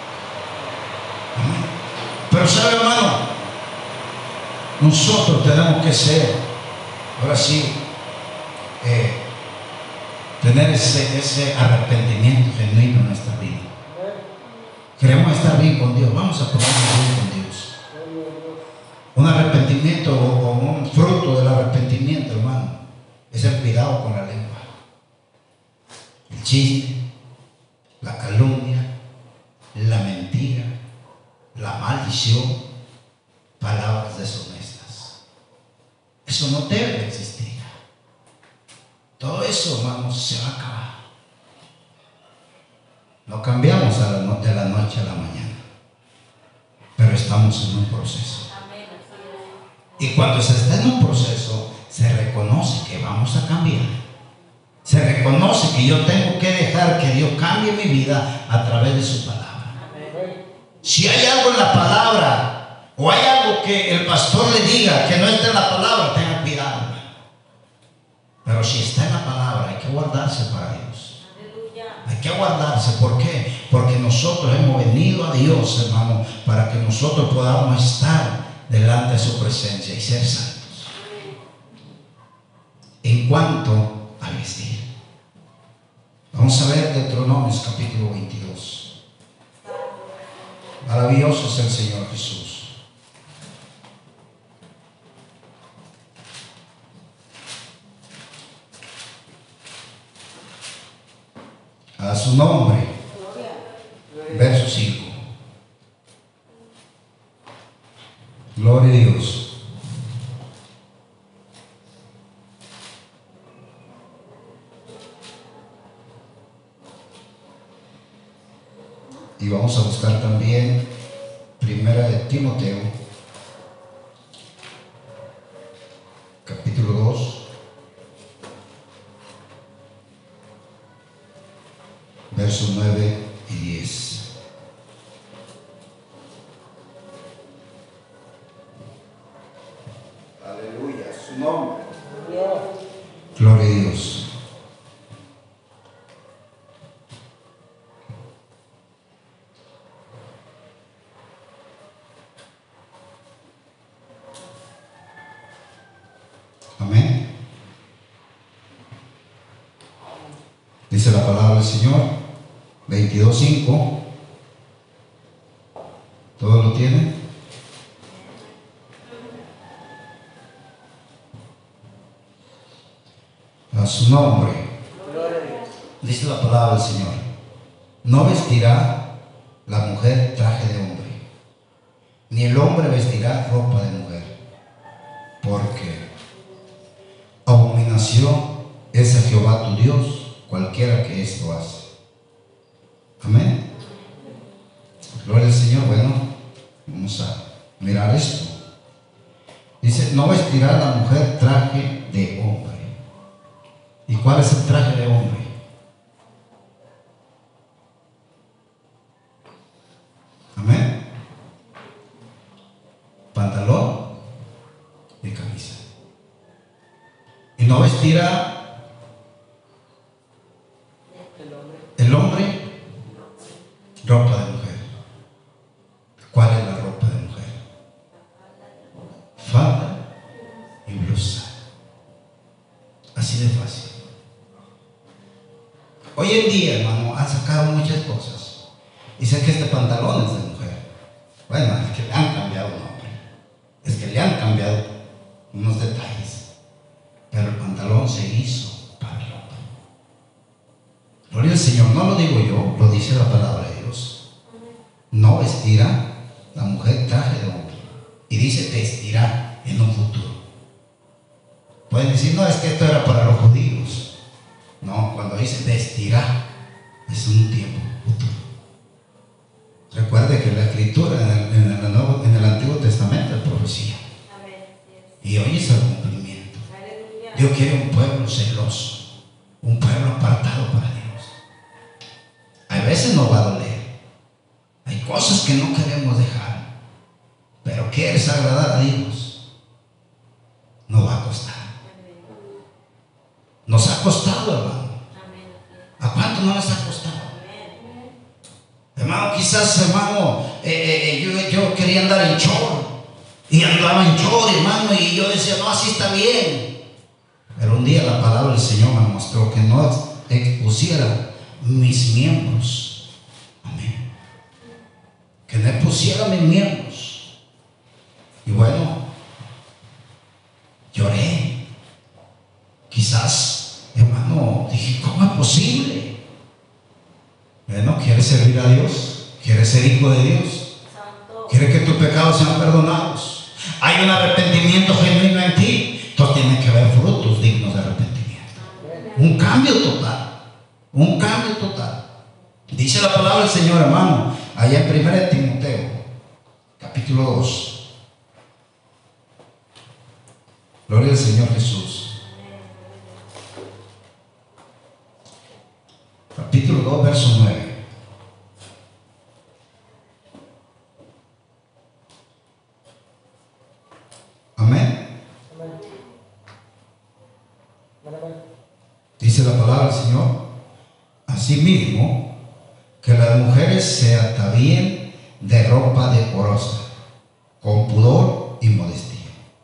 Pero sabe, hermano, nosotros tenemos que ser, ahora sí, eh, tener ese, ese arrepentimiento genuino en nuestra vida. Queremos estar bien con Dios, vamos a ponernos bien con Dios. Un arrepentimiento o, o un fruto del arrepentimiento, hermano, es el cuidado con la lengua. El chiste, la calumnia, la mentira, la maldición, palabras deshonestas. Eso no debe de existir. Todo eso, hermanos, se va a acabar. No cambiamos a la no- de la noche a la mañana, pero estamos en un proceso. Y cuando se está en un proceso, se reconoce que vamos a cambiar. Se reconoce que yo tengo que dejar que Dios cambie mi vida a través de su palabra. Si hay algo en la palabra o hay algo que el pastor le diga que no está en la palabra, tenga cuidado. Pero si está en la palabra, hay que guardarse para Dios. Hay que guardarse. ¿Por qué? Porque nosotros hemos venido a Dios, hermano, para que nosotros podamos estar delante de su presencia y ser santos. En cuanto al vestir, vamos a ver Deuteronomios capítulo veintidós. Maravilloso es el Señor Jesús. A su nombre. Verso cinco. Gloria a Dios. Y vamos a buscar también Primera de Timoteo, capítulo dos, versos nueve y diez. Aleluya, su nombre. Gloria a Dios. Amén. Dice la palabra del Señor, veintidós cinco. ¿Todo lo tiene? A su nombre. Dice la palabra del Señor: no vestirá la mujer traje de hombre, ni el hombre vestirá ropa de mujer, porque abominación es a Jehová tu Dios cualquiera que esto hace. Amén. Gloria al Señor. Bueno, vamos a mirar esto. Dice: no vestirá la mujer traje de hombre. ¿Y cuál es el traje de hombre? Amén. Pantalón y camisa. Y no vestirá el hombre ropa de mujer. ¿Cuál es la ropa de mujer? Falda y blusa. Así de fácil. Hoy en día, hermano, han sacado muchas cosas. Dicen que este pantalón es de mujer. Bueno, es que le han cambiado el nombre. Es que le han cambiado unos detalles. Pero el pantalón se hizo para el hombre. Gloria al Señor. No lo digo yo, lo dice la palabra de Dios. No vestirá la mujer traje de hombre. Y dice vestirá en un futuro. Pueden decir: no, es que esto era para los judíos. No, cuando dice vestirá, es un tiempo futuro. Recuerde que la escritura en el, en el, Nuevo, en el Antiguo Testamento es profecía. Y hoy es el cumplimiento. Dios quiere un pueblo celoso, un pueblo apartado para Dios. A veces nos va a doler. Hay cosas que no queremos dejar, pero quieres agradar a Dios. No va a costar. Nos ha costado, hermano. ¿A cuánto no nos ha costado? Hermano, quizás, hermano, eh, yo, yo quería andar en short y andaba en short, hermano, y yo decía: no, así está bien. Pero un día la palabra del Señor me mostró que no expusiera mis miembros. Amén. Que no expusiera mis miembros. Y bueno, lloré. Quizás, hermano, dije: ¿cómo es posible? Bueno, ¿quieres servir a Dios? ¿Quieres ser hijo de Dios? ¿Quieres que tus pecados sean perdonados? Hay un arrepentimiento genuino en ti. Entonces tiene que haber frutos dignos de arrepentimiento. Un cambio total. Un cambio total. Dice la palabra del Señor, hermano, allá en primera de Timoteo, capítulo dos. Gloria al Señor Jesús. Capítulo dos, verso nueve. Amén. Dice la palabra del Señor: asimismo, que las mujeres se atavíen de ropa decorosa, con pudor y modestia,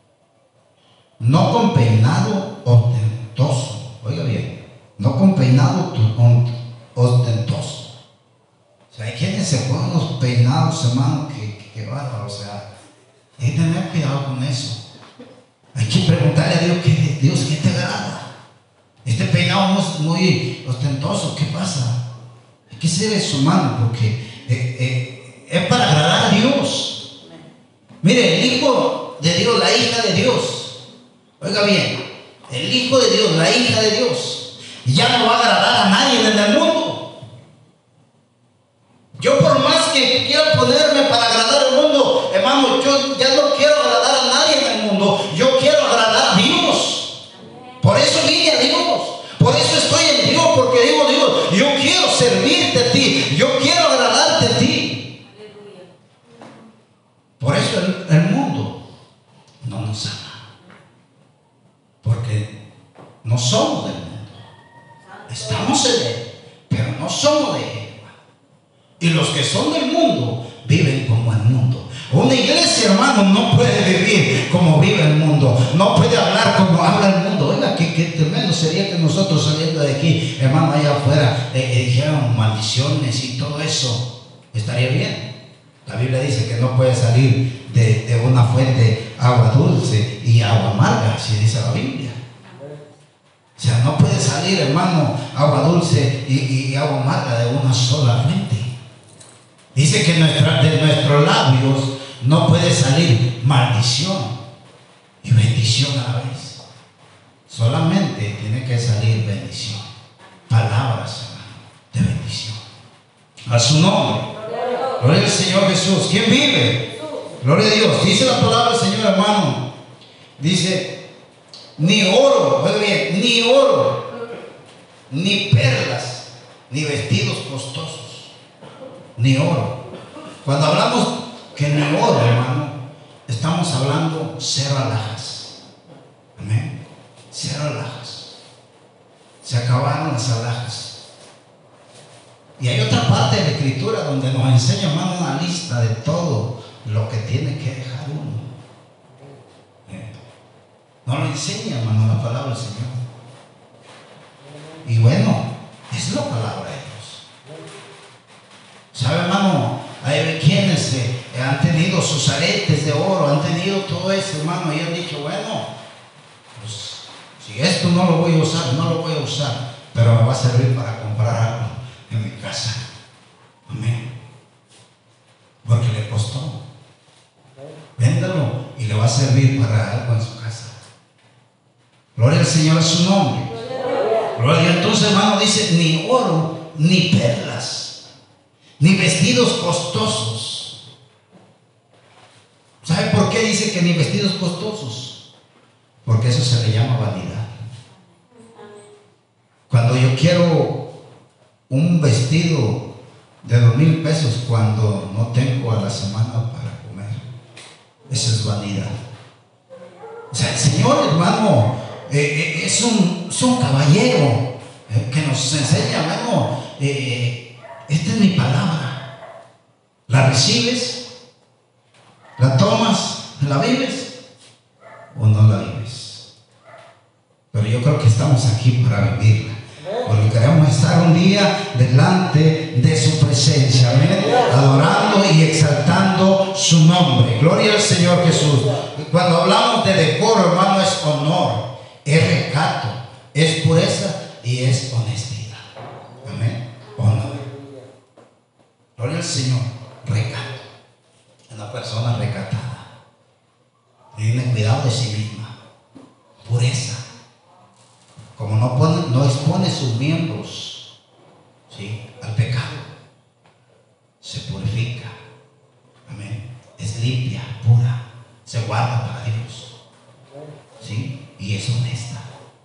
no con peinado ostentoso. Oiga bien, no con peinado ostentoso. O sea, hay quienes se ponen los peinados, hermano, que, que, que bárbaro. O sea, hay que tener cuidado con eso. Hay que preguntarle a Dios: ¿qué, Dios, ¿qué te agrada? Este peinado es muy ostentoso, ¿qué pasa? Hay que ser eso, hermano, porque eh, eh, es para agradar a Dios. Mire, el Hijo de Dios, la hija de Dios, oiga bien, el Hijo de Dios, la hija de Dios, ya no va a agradar a nadie en el mundo. Yo, por más que quiera ponerme para agradar al mundo, hermano, yo ya no quiero agradar a nadie en el mundo. Yo quiero agradar a Dios. Por eso vine a Dios. Por eso estoy en Dios, porque digo: Dios, yo quiero servirte a ti. Yo quiero agradarte a ti. Por eso el, el mundo no nos ama. Porque no somos del mundo. Estamos en él, pero no somos de él. Y los que son del mundo viven como el mundo. Una iglesia, hermano, no puede vivir como vive el mundo. No puede hablar como habla el maldiciones y todo eso, estaría bien. La Biblia dice que no puede salir de, de una fuente agua dulce y agua amarga, así dice la Biblia. O sea, no puede salir, hermano, agua dulce y, y agua amarga de una sola fuente. Dice que nuestra, de nuestros labios no puede salir maldición y bendición a la vez. Solamente tiene que salir bendición. Palabras, hermano, de bendición. A su nombre. Gloria al Señor Jesús. ¿Quién vive? Gloria a Dios. Dice la palabra del Señor, hermano. Dice, ni oro, oiga bien, ni oro, ni perlas, ni vestidos costosos, ni oro. Cuando hablamos que ni oro, hermano, estamos hablando cero alhajas. Amén. Cero alhajas. Se acabaron las alhajas. Y hay otra parte de la Escritura donde nos enseña, hermano, una lista de todo lo que tiene que dejar uno. ¿Eh? Nos lo enseña, hermano, la palabra del Señor. Y bueno, es la palabra de Dios. ¿Sabe, hermano? Hay quienes eh, han tenido sus aretes de oro, han tenido todo eso, hermano, y han dicho, bueno, pues si esto no lo voy a usar, no lo voy a usar, pero me va a servir para comprar algo en mi casa. Amén. Porque le costó. Véndalo y le va a servir para algo en su casa. Gloria al Señor a su nombre. Gloria. Entonces, hermano, dice, ni oro, ni perlas, ni vestidos costosos. ¿Sabe por qué dice que ni vestidos costosos? Porque eso se le llama vanidad. Cuando yo quiero un vestido de dos mil pesos cuando no tengo a la semana para comer, eso es vanidad. O sea, el Señor, hermano, eh, eh, es, un, es un caballero eh, que nos enseña, hermano, eh, esta es mi palabra. ¿La recibes? ¿La tomas? ¿La vives? ¿O no la vives? Pero yo creo que estamos aquí para vivirla. Porque queremos estar un día delante de su presencia, amén, adorando y exaltando su nombre. Gloria al Señor Jesús. Cuando hablamos de decoro, hermano, es honor, es recato, es pureza y es honestidad. Amén. Honor. Gloria al Señor. Recato. Una persona recatada. Tiene cuidado de sí misma. Pureza. Como no, pone, no expone sus miembros, ¿sí?, al pecado, se purifica. Amén. Es limpia, pura, se guarda para Dios, ¿sí? Y es honesta.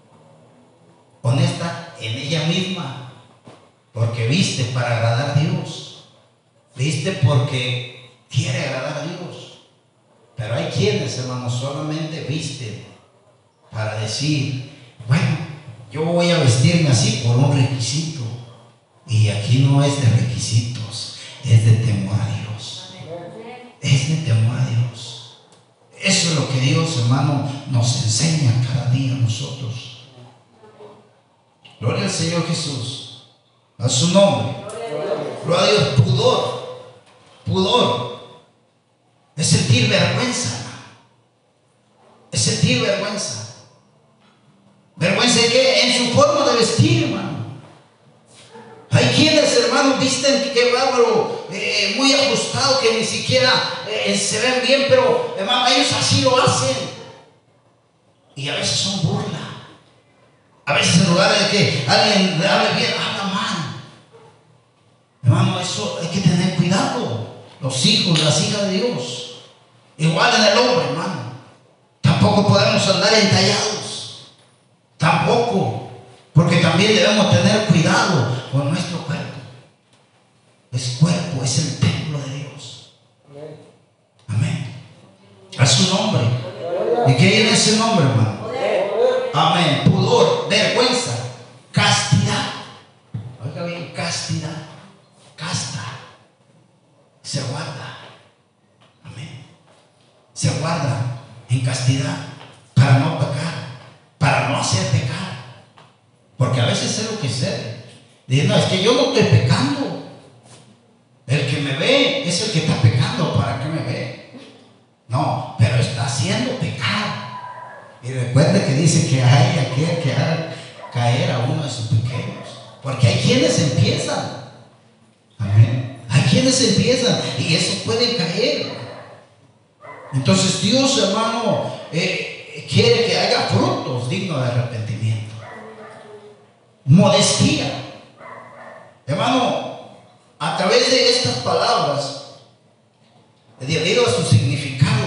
Honesta en ella misma, porque viste para agradar a Dios. Viste porque quiere agradar a Dios. Pero hay quienes, hermanos, solamente visten para decir, bueno, yo voy a vestirme así por un requisito. Y aquí no es de requisitos, es de temor a Dios. Es de temor a Dios. Eso es lo que Dios, hermano, nos enseña cada día a nosotros. Gloria al Señor Jesús. A su nombre. Gloria a Dios. Pudor. Pudor. Es sentir vergüenza. Es sentir vergüenza. ¿Vergüenza de qué? En su forma de vestir, hermano. Hay quienes, hermanos, visten que bárbaro, eh, muy ajustado, que ni siquiera eh, se ven bien, pero, hermano, ellos así lo hacen. Y a veces son burla. A veces en lugar de que alguien hable bien, habla mal. Hermano, eso hay que tener cuidado. Los hijos, las hijas de Dios. Igual en el hombre, hermano. Tampoco podemos andar entallados. Tampoco, porque también debemos tener cuidado con nuestro cuerpo. Es cuerpo, es el templo de Dios. Amén. A su nombre. ¿Y qué hay en ese nombre, hermano? Amén. Pudor, vergüenza, castidad. Oiga bien, castidad, casta. Se guarda. Amén. Se guarda en castidad para no pecar. Para no hacer pecar. Porque a veces es lo que sucede. Dice, no, es que yo no estoy pecando. Y recuerde que dice que hay aquel que haga caer a uno de sus pequeños. Porque hay quienes empiezan. Amén. Hay quienes empiezan y eso puede caer. Entonces Dios, hermano, eh, quiere que haya frutos dignos de arrepentimiento. Modestia. Hermano, a través de estas palabras, debido a su significado,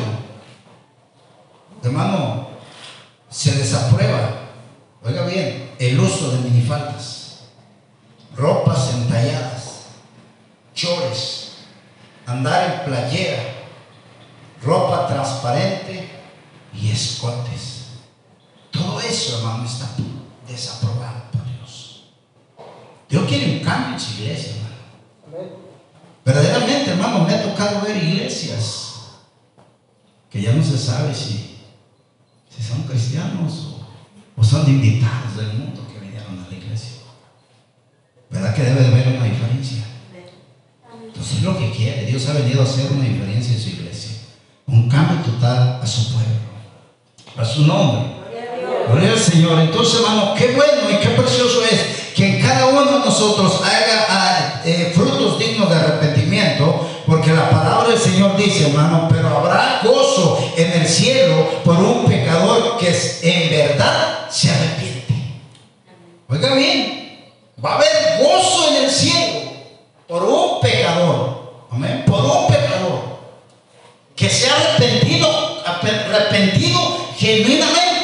hermano, se desaprueba, oiga bien, el uso de minifaldas, ropas entalladas, chores, andar en playera, ropa transparente y escotes. Todo eso, hermano, está desaprobado por Dios. Dios quiere un cambio en su iglesia, hermano. Verdaderamente, hermano, me ha tocado ver iglesias que ya no se sabe si, si son cristianos o, o son de invitados del mundo que vinieron a la iglesia. ¿Verdad que debe de haber una diferencia? Entonces es lo que quiere. Dios ha venido a hacer una diferencia en su iglesia, un cambio total a su pueblo, a su nombre. Gloria al Señor. Entonces, hermano, qué bueno y qué precioso es que en cada uno de nosotros haga eh, frutos dignos de arrepentimiento, porque la palabra del Señor dice, hermano, pero habrá gozo en el cielo por un pecador que en verdad se arrepiente. Oiga bien, va a haber gozo en el cielo por un pecador, amén, por un pecador que se ha arrepentido, arrepentido genuinamente,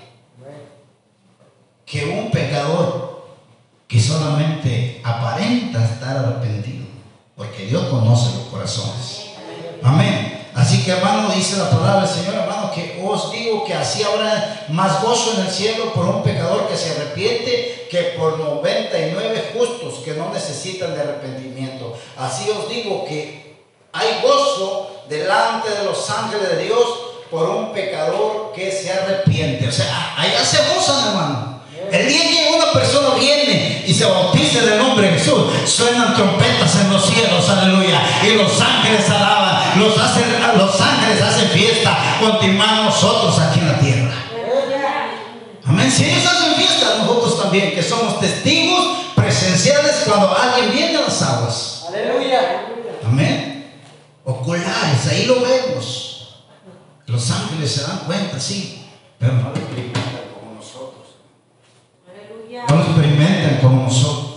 que un pecador que solamente aparenta estar arrepentido, porque Dios conoce los corazones. Amén. Así que, hermano, dice la palabra del Señor, hermano, que os digo que así habrá más gozo en el cielo por un pecador que se arrepiente que por noventa y nueve justos que no necesitan de arrepentimiento. Así os digo que hay gozo delante de los ángeles de Dios por un pecador que se arrepiente. O sea, allá se gozan, hermano. El día que una persona viene y se bautiza en el nombre de Jesús, suenan trompetas en los cielos, aleluya, y los ángeles alaban, los, hacen, los ángeles hacen fiesta, continuamos nosotros aquí en la tierra. Amén. Si ellos hacen fiesta, nosotros también, que somos testigos presenciales cuando alguien viene a las aguas. Aleluya. Amén. Oculares, ahí lo vemos. Los ángeles se dan cuenta, sí, pero no lo experimentan como nosotros. No lo experimentan como nosotros.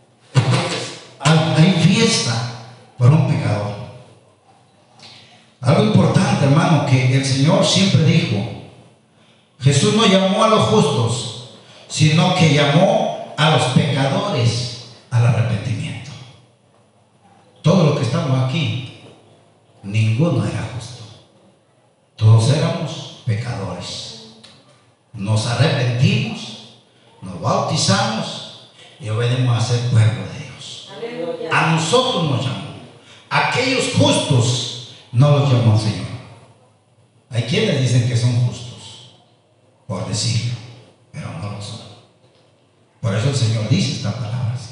Hay fiesta por un pecador. Algo importante, hermano, que el Señor siempre dijo: Jesús no llamó a los justos, sino que llamó a los pecadores al arrepentimiento. Todos los que estamos aquí, ninguno era justo. Todos éramos pecadores. Nos arrepentimos, nos bautizamos y hoy venimos a ser pueblo de Dios. Aleluya. A nosotros nos llamó. Aquellos justos no los llamó el Señor. Hay quienes dicen que son justos, por decirlo, pero no lo son. Por eso el Señor dice esta palabra así.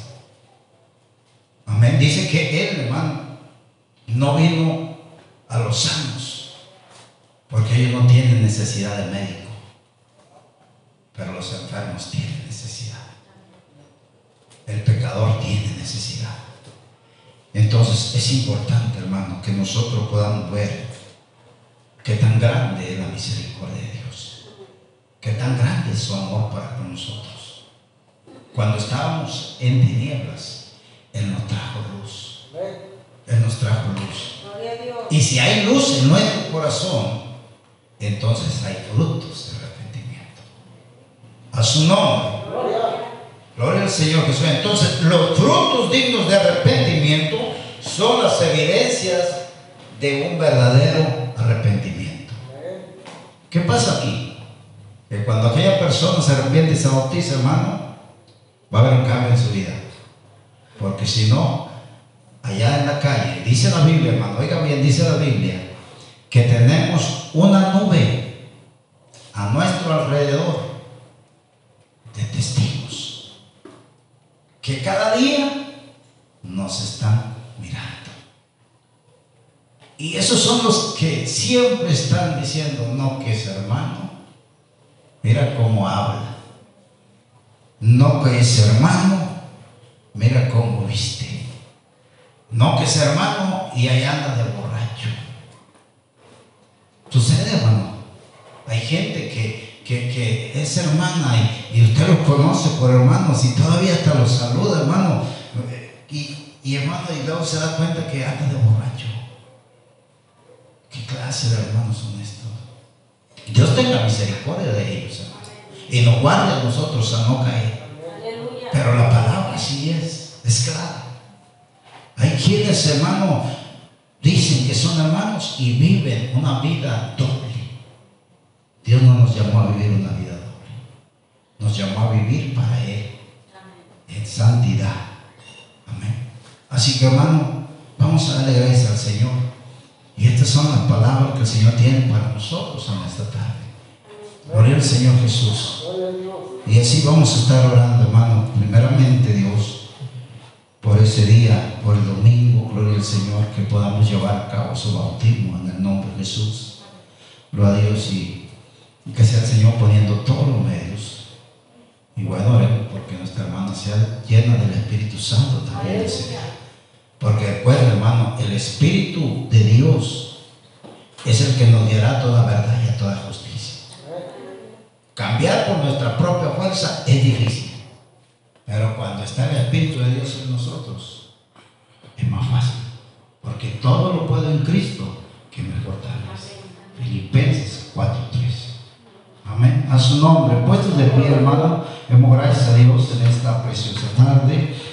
Amén. Dice que Él, hermano, no vino a los sanos, porque ellos no tienen necesidad de médico, pero los enfermos tienen necesidad. El pecador tiene necesidad. Entonces es importante, hermano, que nosotros podamos ver qué tan grande es la misericordia de Dios, qué tan grande es su amor para con nosotros. Cuando estábamos en tinieblas, Él nos trajo luz. Él nos trajo luz. Y si hay luz en nuestro corazón, entonces hay frutos de arrepentimiento. A su nombre. Gloria al Señor Jesús. Entonces, los frutos dignos de arrepentimiento son las evidencias de un verdadero arrepentimiento. ¿Qué pasa aquí? Que cuando aquella persona se arrepiente y se bautiza, hermano, va a haber un cambio en su vida. Porque si no, allá en la calle, dice la Biblia, hermano, oiga bien, dice la Biblia, que tenemos una nube a nuestro alrededor de testigos que cada día nos están mirando. Y esos son los que siempre están diciendo: no, que es hermano, Mira cómo habla. No que es hermano, mira cómo viste. No que es hermano y ahí anda de borracho. Sucede, hermano. Hay gente que, que, que es hermana y, y usted los conoce por hermanos y todavía hasta los saluda, hermano. Y, y hermano, y luego se da cuenta que anda de borracho. ¿Qué clase de hermanos son estos? Dios tenga misericordia de ellos, hermano, y nos guarde a nosotros a no caer. Aleluya. Pero la palabra sí es, es clara. Hay quienes, hermano, dicen que son hermanos y viven una vida doble. Dios no nos llamó a vivir una vida doble. Nos llamó a vivir para Él, en santidad. Amén. Así que, hermano, vamos a darle gracias al Señor. Y estas son las palabras que el Señor tiene para nosotros en esta tarde. Gloria al Señor Jesús. Y así vamos a estar orando, hermano. Primeramente, Dios, por ese día, por el domingo, gloria al Señor, que podamos llevar a cabo su bautismo en el nombre de Jesús. Gloria a Dios, y que sea el Señor poniendo todos los medios. Y bueno, oremos porque nuestra hermana sea llena del Espíritu Santo también. Porque recuerda, hermano, el Espíritu de Dios es el que nos guiará a toda verdad y a toda justicia. Cambiar por nuestra propia fuerza es difícil, pero cuando está el Espíritu de Dios en nosotros es más fácil, porque todo lo puedo en Cristo que me fortalece. Filipenses cuatro tres. Amén. A su nombre, puestos de pie, hermano, demos gracias a Dios en esta preciosa tarde.